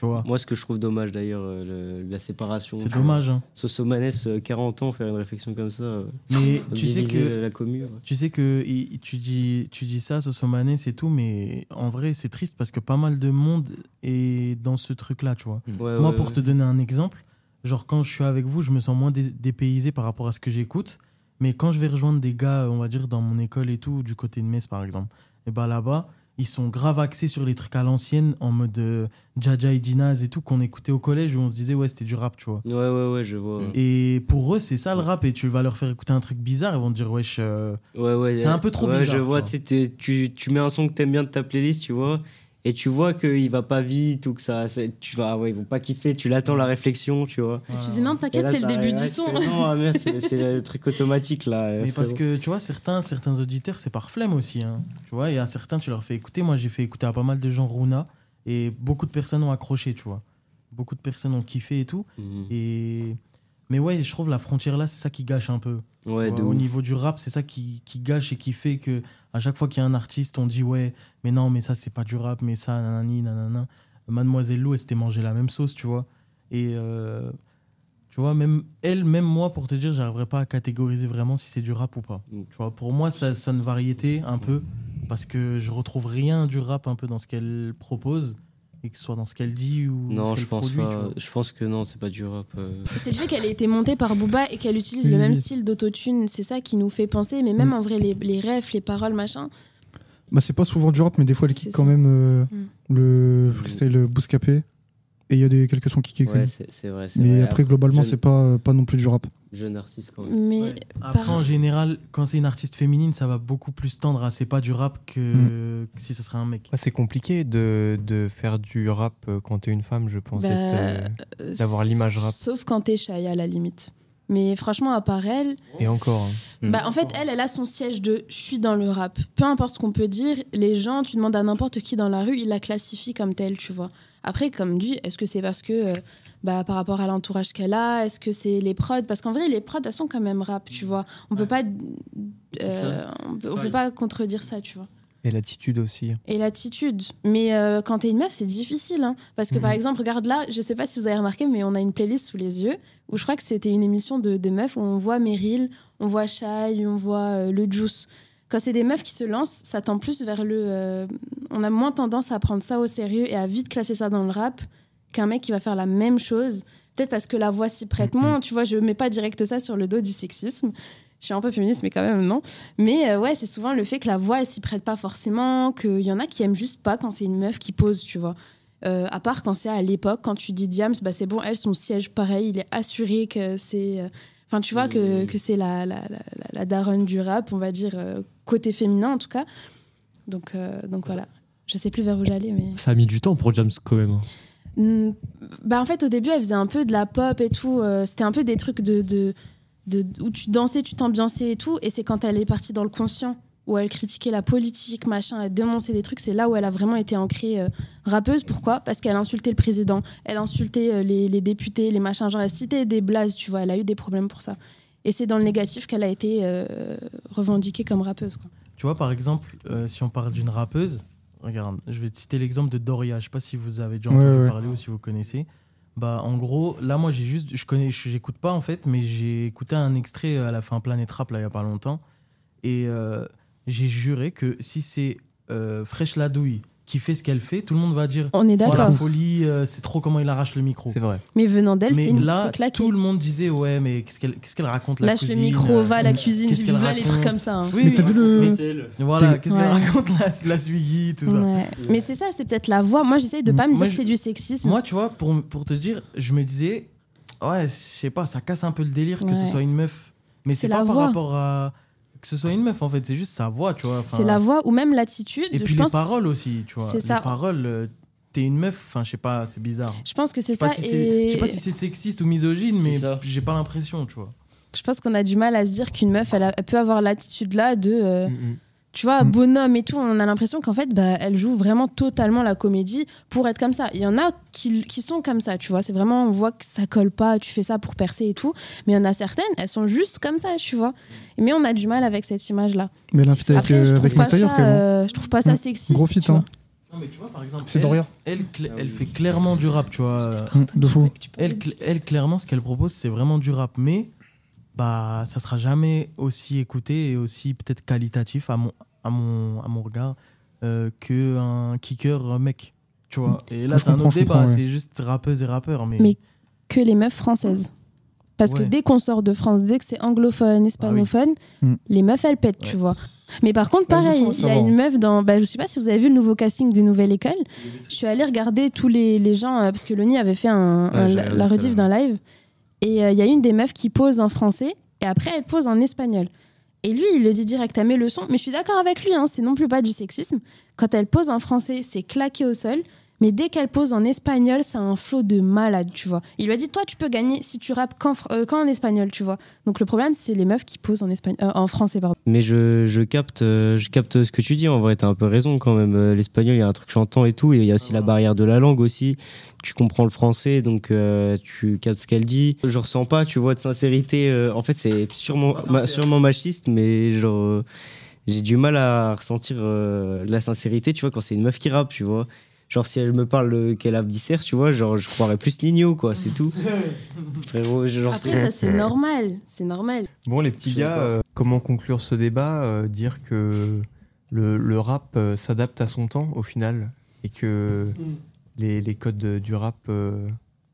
Tu vois. Moi, ce que je trouve dommage d'ailleurs, euh, le, la séparation. C'est dommage. Hein. Sosomanes, quarante ans, faire une réflexion comme ça. Euh, mais tu sais que la, la commu, ouais. Tu sais que il, tu dis, tu dis ça, Sosomanes et tout, mais en vrai, c'est triste parce que pas mal de monde est dans ce truc-là, tu vois. Ouais, Moi, ouais, pour ouais. te donner un exemple, genre quand je suis avec vous, je me sens moins dé- dépaysé par rapport à ce que j'écoute. Mais quand je vais rejoindre des gars, on va dire dans mon école et tout, du côté de Metz par exemple, et ben là-bas. Ils sont grave axés sur les trucs à l'ancienne, en mode euh, Jaja et Dinaz et tout, qu'on écoutait au collège où on se disait, ouais, c'était du rap, tu vois. Ouais, ouais, ouais, je vois. Et pour eux, c'est ça le rap, et tu vas leur faire écouter un truc bizarre, ils vont te dire, wesh, euh, ouais, ouais, c'est un peu trop ouais, bizarre. Je vois, tu, tu, tu mets un son que t'aimes bien de ta playlist, tu vois, et tu vois qu'il va pas vite ou que ça. Tu vas, ouais, ils vont pas kiffer, tu l'attends la réflection, tu vois. Et tu dis, non, t'inquiète, c'est le début du son. Non, ah, merde, c'est, c'est le truc automatique là. Mais frérot. parce que tu vois, certains, certains auditeurs, c'est par flemme aussi. Hein. Tu vois, il y a certains, tu leur fais écouter. Moi, j'ai fait écouter à pas mal de gens Runa, et beaucoup de personnes ont accroché, tu vois. Beaucoup de personnes ont kiffé et tout. Mmh. Et... Mais ouais, je trouve la frontière là, c'est ça qui gâche un peu. Ouais, vois, au niveau du rap, c'est ça qui, qui gâche et qui fait que à chaque fois qu'il y a un artiste, on dit ouais, mais non, mais ça c'est pas du rap, mais ça, nanani, nanana. Mademoiselle Lou, elle s'était mangé la même sauce, tu vois. Et euh, tu vois, même elle, même moi, pour te dire, j'arriverais pas à catégoriser vraiment si c'est du rap ou pas. Tu vois, pour moi, ça sonne variété un peu, parce que je retrouve rien du rap un peu dans ce qu'elle propose. Et que ce soit dans ce qu'elle dit ou non, ce qu'elle je pense produit. Pas. Je pense que non, c'est pas du rap. Euh... C'est le fait qu'elle ait été montée par Booba et qu'elle utilise oui. le même style d'autotune. C'est ça qui nous fait penser. Mais même mmh. en vrai, les, les refs, les paroles, machin. Bah, c'est pas souvent du rap, mais des fois, elle kick quand même euh, mmh. le freestyle Bouscapé. Et il y a des, quelques sons qui kick. Ouais, c'est, c'est vrai. C'est mais vrai. après, globalement, jeune... c'est pas, pas non plus du rap. Jeune artiste quand même. Mais ouais. Après, par... en général, quand c'est une artiste féminine, ça va beaucoup plus tendre à c'est pas du rap que, mmh. que si ça serait un mec. Ouais, c'est compliqué de, de faire du rap quand t'es une femme, je pense, bah, d'être, euh, d'avoir l'image rap. Sauf quand t'es Shai, à la limite. Mais franchement, à part elle. Et encore. Hein. Bah, en fait, elle, elle a son siège de je suis dans le rap. Peu importe ce qu'on peut dire, les gens, tu demandes à n'importe qui dans la rue, ils la classifient comme telle, tu vois. Après, comme dit, est-ce que c'est parce que euh, bah, par rapport à l'entourage qu'elle a, est-ce que c'est les prods? Parce qu'en vrai, les prods, elles sont quand même rap, tu vois. On peut pas, euh, on peut, on peut pas contredire ça, tu vois. Et l'attitude aussi. Et l'attitude. Mais euh, quand t'es une meuf, c'est difficile. Hein, parce que mmh. par exemple, regarde là, je sais pas si vous avez remarqué, mais on a une playlist sous les yeux où je crois que c'était une émission de, de meufs où on voit Meryl, on voit Shai, on voit euh, le Juice. Quand c'est des meufs qui se lancent, ça tend plus vers le... Euh, on a moins tendance à prendre ça au sérieux et à vite classer ça dans le rap qu'un mec qui va faire la même chose. Peut-être parce que la voix s'y prête moins. Tu vois, je mets pas direct ça sur le dos du sexisme. Je suis un peu féministe, mais quand même, non. Mais euh, ouais, c'est souvent le fait que la voix, elle s'y prête pas forcément, qu'il y en a qui aiment juste pas quand c'est une meuf qui pose, tu vois. Euh, à part quand c'est à l'époque, quand tu dis Diams, bah c'est bon, elle, son siège, pareil, il est assuré que c'est... Euh, Enfin, tu vois que, que c'est la, la, la, la daronne du rap, on va dire, euh, côté féminin en tout cas. Donc, euh, donc voilà. Je sais plus vers où j'allais, mais... Ça a mis du temps pour Diams quand même. Mmh, bah en fait, au début, elle faisait un peu de la pop et tout. Euh, c'était un peu des trucs de, de, de, où tu dansais, tu t'ambiançais et tout. Et c'est quand elle est partie dans le conscient, où elle critiquait la politique, machin, elle dénonçait des trucs. C'est là où elle a vraiment été ancrée euh, rappeuse. Pourquoi ? Parce qu'elle insultait le président, elle insultait euh, les, les députés, les machins. Genre, elle citait des blazes, tu vois. Elle a eu des problèmes pour ça. Et c'est dans le négatif qu'elle a été euh, revendiquée comme rappeuse, quoi. Tu vois, par exemple, euh, si on parle d'une rappeuse, regarde, je vais te citer l'exemple de Doria. Je sais pas si vous avez déjà entendu ouais, ouais. parler ou si vous connaissez. Bah, en gros, là, moi, j'ai juste, je connais, j'écoute pas en fait, mais j'ai écouté un extrait à la fin Planète Rap là il y a pas longtemps, et euh, j'ai juré que si c'est euh, Fresh Ladouille qui fait ce qu'elle fait, tout le monde va dire on est d'accord. Oh, la folie, euh, c'est trop comment il arrache le micro. C'est vrai. Mais venant d'elle, mais c'est, une, là, c'est claqué. Tout le monde disait ouais, mais qu'est-ce qu'elle, qu'est-ce qu'elle raconte la Lâche cuisine. Lâche le micro, va à la cuisine, qu'est-ce j'ai vu là les trucs comme ça. Hein. Oui, mais t'as vu le. Mais, voilà, qu'est-ce ouais. qu'elle raconte la, la Swiggy, tout ça. Ouais. Mais c'est ça, c'est peut-être la voix. Moi, j'essaye de pas me dire que c'est du sexisme. Moi, tu vois, pour, pour te dire, je me disais, ouais, je sais pas, ça casse un peu le délire ouais. que ce soit une meuf. Mais c'est, c'est pas par voix. rapport à. Que ce soit une meuf, en fait, c'est juste sa voix, tu vois. Enfin, c'est la voix ou même l'attitude. Et puis je les pense... paroles aussi, tu vois. C'est les ça. paroles, euh, t'es une meuf, enfin, je sais pas, c'est bizarre. Je pense que c'est ça. Si si et... Je sais pas si c'est sexiste ou misogyne, mais j'ai pas l'impression, tu vois. Je pense qu'on a du mal à se dire qu'une meuf, elle, a, elle peut avoir l'attitude là de. Euh, mm-hmm. Tu vois, mm. bonhomme et tout, on a l'impression qu'en fait, bah, elle joue vraiment totalement la comédie pour être comme ça. Il y en a qui, qui sont comme ça, tu vois. C'est vraiment, on voit que ça colle pas, tu fais ça pour percer et tout. Mais il y en a certaines, elles sont juste comme ça, tu vois. Mais on a du mal avec cette image-là. Mais l'invité avec, euh, avec Natailleur, quand même. Euh, je trouve pas ça mmh. sexiste. Gros fit, hein. Non mais tu vois par exemple, c'est elle, Doria. Elle, elle, elle fait clairement du rap, tu vois. De fou. Elle, elle clairement, ce qu'elle propose, c'est vraiment du rap, mais bah ça sera jamais aussi écouté et aussi peut-être qualitatif à mon à mon à mon regard euh, que un kicker mec, tu vois. Et là, je c'est un autre débat. Ouais. C'est juste rappeuses et rappeurs, mais. Mais que les meufs françaises. Parce ouais. que dès qu'on sort de France, dès que c'est anglophone, hispanophone, ah oui. les meufs elles pètent, ouais. tu vois. Mais par contre, pareil, il y a une meuf dans. Bah, je sais pas si vous avez vu le nouveau casting de Nouvelle École. Je suis allée regarder tous les, les gens, euh, parce que Loni avait fait un, ouais, un, la rediff d'un live. Et il euh, y a une des meufs qui pose en français, et après elle pose en espagnol. Et lui, il le dit direct à mes leçons. Mais je suis d'accord avec lui, hein, c'est non plus pas du sexisme. Quand elle pose en français, c'est claqué au sol. Mais dès qu'elle pose en espagnol, c'est un flow de malade, tu vois. Il lui a dit, toi, tu peux gagner si tu rappes qu'en, euh, qu'en espagnol, tu vois. Donc le problème, c'est les meufs qui posent en, espagnol, euh, en français. Pardon. Mais je, je, capte, euh, je capte ce que tu dis. En vrai, t'as un peu raison quand même. Euh, l'espagnol, il y a un truc que j'entends et tout. Et il y a aussi la barrière de la langue aussi. Tu comprends le français, donc euh, tu captes ce qu'elle dit. Je ressens pas, tu vois, de sincérité. Euh, en fait, c'est sûrement, ma, sûrement machiste, mais genre... Euh, j'ai du mal à ressentir euh, la sincérité, tu vois, quand c'est une meuf qui rappe, tu vois. Genre, si elle me parle qu'elle a dissert, tu vois, genre, je croirais plus Nino, quoi, c'est tout. Frérot, genre, après, c'est... ça, c'est normal, c'est normal. Bon, les petits gars, euh, comment conclure ce débat euh, dire que le, le rap euh, s'adapte à son temps, au final, et que mm. les, les codes de, du rap euh,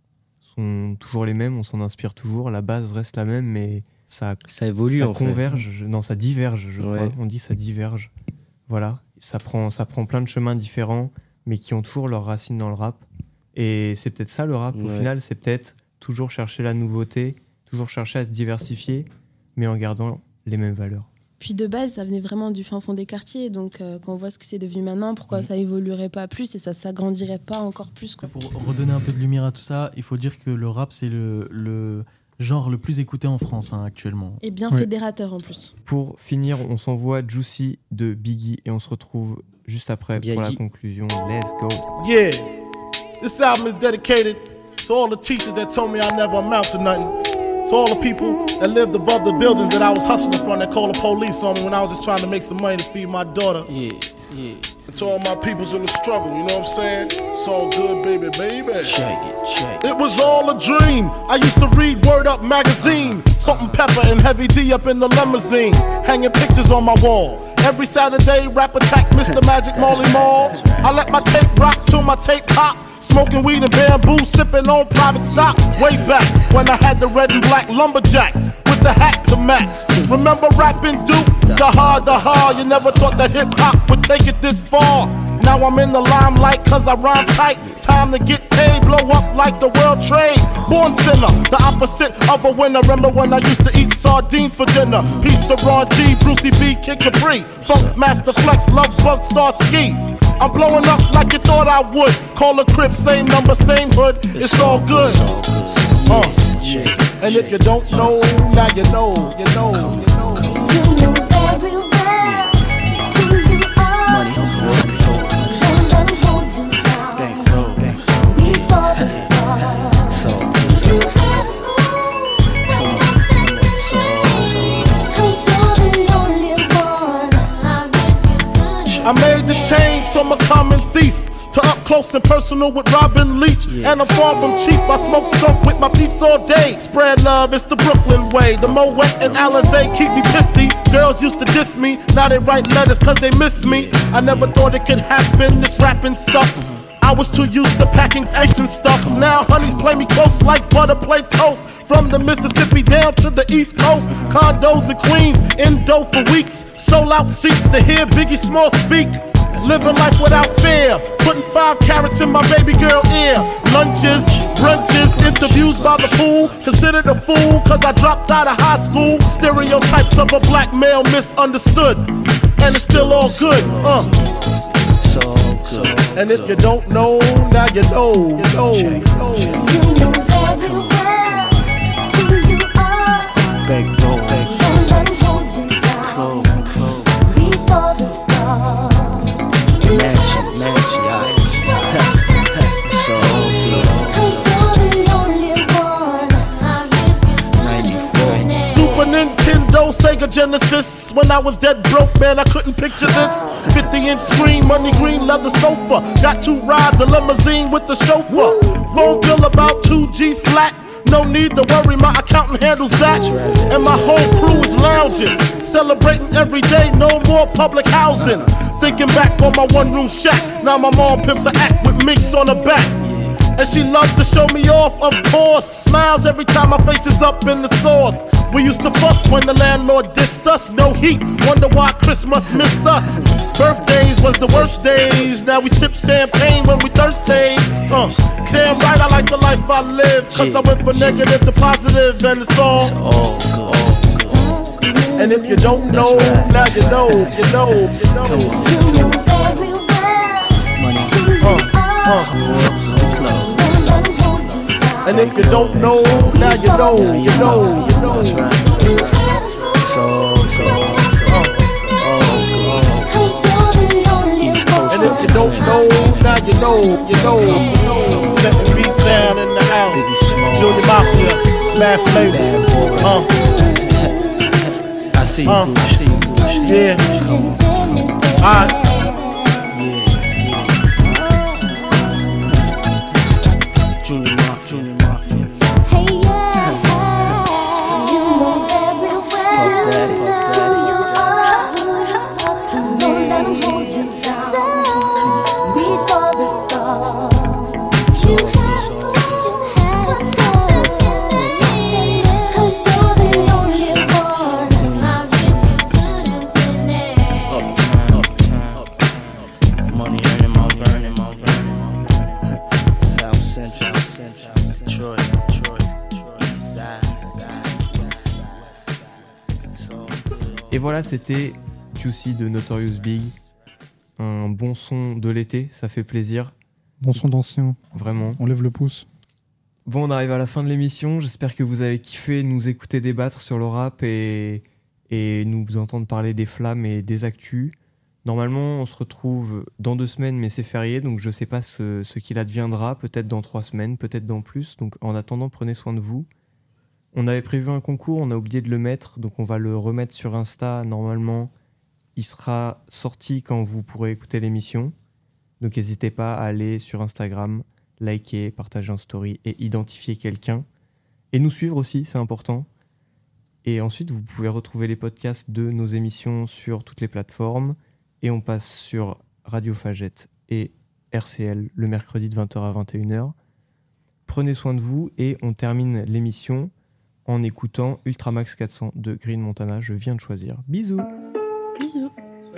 sont toujours les mêmes, on s'en inspire toujours, la base reste la même, mais ça, ça évolue, ça en converge, fait. Non, ça diverge, je ouais. crois, on dit ça diverge. Voilà, ça prend, ça prend plein de chemins différents, mais qui ont toujours leurs racines dans le rap. Et c'est peut-être ça, le rap, ouais. au final, c'est peut-être toujours chercher la nouveauté, toujours chercher à se diversifier, mais en gardant les mêmes valeurs. Puis de base, ça venait vraiment du fin fond des quartiers, donc euh, quand on voit ce que c'est devenu maintenant, pourquoi mmh. ça évoluerait pas plus et ça s'agrandirait pas encore plus, quoi. Pour redonner un peu de lumière à tout ça, il faut dire que le rap, c'est le, le genre le plus écouté en France hein, actuellement. Et bien ouais. fédérateur en plus. Pour finir, on s'envoie Juicy de Biggie et on se retrouve juste après Biggie. Pour la conclusion. Let's go. Yeah, this album is dedicated to all the teachers that told me I never amount to nothing. To all the people that lived above the buildings that I was hustling from that called the police on me when I was just trying to make some money to feed my daughter. Yeah, yeah. And to all my peoples in the struggle, you know what I'm saying? It's all good, baby, baby. Shake it, shake it. It was all a dream. I used to read Word Up magazine. Salt-N-Pepa and Heavy D up in the limousine. Hanging pictures on my wall. Every Saturday, rap attack, Mister Magic Marley Marl. I let my tape rock till my tape pop. Smoking weed and bamboo, sipping on private stock. Way back when I had the red and black lumberjack with the hat to match. Remember rapping Duke? The hard, the hard. You never thought that hip hop would take it this far. Now I'm in the limelight cause I rhyme tight. Time to get paid, blow up like the world trade. Born sinner, the opposite of a winner. Remember when I used to eat sardines for dinner? Peace to Ron G, Brucey B, Kid Capri. Funk Master Flex, Love Bug, Star Ski. I'm blowing up like you thought I would. Call a crib, same number, same hood. It's, it's all good. Uh. And if you don't know, now you know, you know, you know. You know very well who you are. Money, don't let them hold you down. Bankroll, bankroll. Reach for the stars. So, you have I made the change from a common thief to up close and personal with Robin Leach. Yeah. And I'm far from cheap, I smoke skunk with my peeps all day. Spread love, it's the Brooklyn way. The Moet and Alizé keep me pissy. Girls used to diss me, now they write letters cause they miss me. I never thought it could happen, this rapping stuff. I was too used to packing ice and stuff. Now honeys play me close like butter play toast. From the Mississippi down to the East Coast. Condos in Queens, in dough for weeks. Sold out seats to hear Biggie Small speak. Living life without fear. Putting five carats in my baby girl ear. Lunches, brunches, interviews by the pool. Considered a fool cause I dropped out of high school. Stereotypes of a black male misunderstood. And it's still all good, uh. So, so, and if you don't know, now you know, you know, you know. You know very well who you are. Bankroll, bankroll. Don't let them hold you down. Close, close. Reach for the stars. Mansion, mansion, yeah. So, so. Cause you're the only one. ninety-four. Super Nintendo, Sega Genesis. when I was dead broke, man, I couldn't picture this. fifty inch screen, money green, leather sofa. Got two rides, a limousine with the chauffeur. Phone bill about two G's flat. No need to worry, my accountant handles that. And my whole crew is lounging, celebrating every day, no more public housing. Thinking back on my one room shack, now my mom pimps a act with minks on her back. And she loves to show me off, of course. Smiles every time my face is up in the sauce. We used to fuss when the landlord dissed us. No heat, wonder why Christmas missed us. Birthdays was the worst days. Now we sip champagne when we thirsty. Uh, damn right I like the life I live. Cause I went from negative to positive and it's all good. And if you don't know, now you know, you know, you know. Uh, uh. And if you don't know, now you know, you know, you know. So, so, uh, and if you don't know, now you know, you know. Let me beat down in the house. Junior Mafia, Mad Flavor. Uh. I see you, uh. I see you. Yeah. Alright. Et voilà, c'était Juicy de Notorious Big. Un bon son de l'été, ça fait plaisir. Bon son d'ancien. Vraiment. On lève le pouce. Bon, on arrive à la fin de l'émission. J'espère que vous avez kiffé nous écouter débattre sur le rap et, et nous entendre parler des flammes et des actus. Normalement, on se retrouve dans deux semaines, mais c'est férié, donc je sais pas ce, ce qu'il adviendra. Peut-être dans trois semaines, peut-être dans plus. Donc en attendant, prenez soin de vous. On avait prévu un concours, on a oublié de le mettre, donc on va le remettre sur Insta. Normalement, il sera sorti quand vous pourrez écouter l'émission. Donc n'hésitez pas à aller sur Instagram, liker, partager en story et identifier quelqu'un. Et nous suivre aussi, c'est important. Et ensuite, vous pouvez retrouver les podcasts de nos émissions sur toutes les plateformes. Et on passe sur Radio Fagette et R C L le mercredi de vingt heures à vingt et une heures. Prenez soin de vous et on termine l'émission en écoutant Ultramax quatre cents de Green Montana. Je viens de choisir. Bisous. Bisous.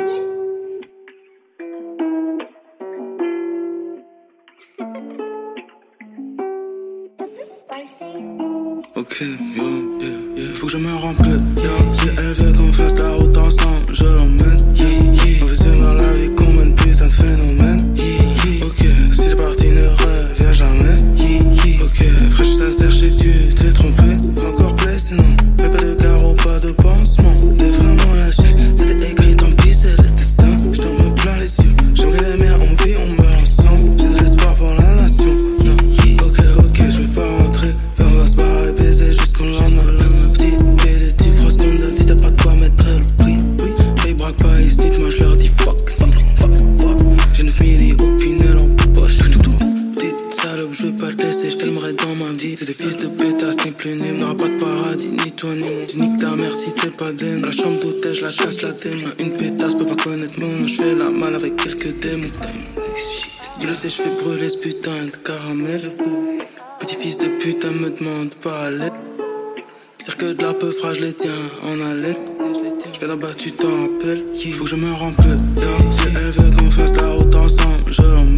Ok, yo, yeah, yeah. Faut que je me remplisse, yeah. Si elle veut qu'on fasse la route ensemble, je l'emmène, yeah, yeah. On veut suivre la vie qu'on mène, putain de phénomène, yeah, yeah. Ok, si c'est parti, ne reviens jamais, yeah, yeah. Ok, frère, je sincère, je sais que tu t'es trompé. Encore blessé, non. Mais pas de carreau, pas de pansement. T'es vraiment lâché, c'était écrit, tant pis, c'est le destin. Je t'en me plains les yeux. J'aimerais les mères, on vit, on meurt ensemble. J'ai de l'espoir pour la nation, yeah, yeah. Ok, ok, je vais pas rentrer. Viens, on va se barrer, baiser jusqu'au lendemain. Petit baiser, tu crosses qu'on donne. Si t'as pas de quoi mettre le prix, oui. Ils braquent pas, ils se disent, moi je leur dis fuck, fuck, fuck, fuck. J'ai neuf mille opinel en poche. Petite salope, je vais pas te laisser, je t'aimerai dans ma vie. C'est des fils de pétasse, ni plus ni n'aura pas de paradis, ni toi ni moi. Tu niques ta mère si t'es pas d'aine. La chambre d'hôtel, je la casse la démain. Une pétasse peut pas connaître mon nom. Je fais la malle avec quelques démons. Il le sait, je fais brûler ce putain de caramel. Petit fils de putain me demande pas à l'aide. Pire que de la peu frère, je les tiens en haleine. Je fais là-bas, tu t'en rappelles. Faut que je me remplisse, yeah. Si elle veut qu'on fasse la route ensemble, je l'emmène.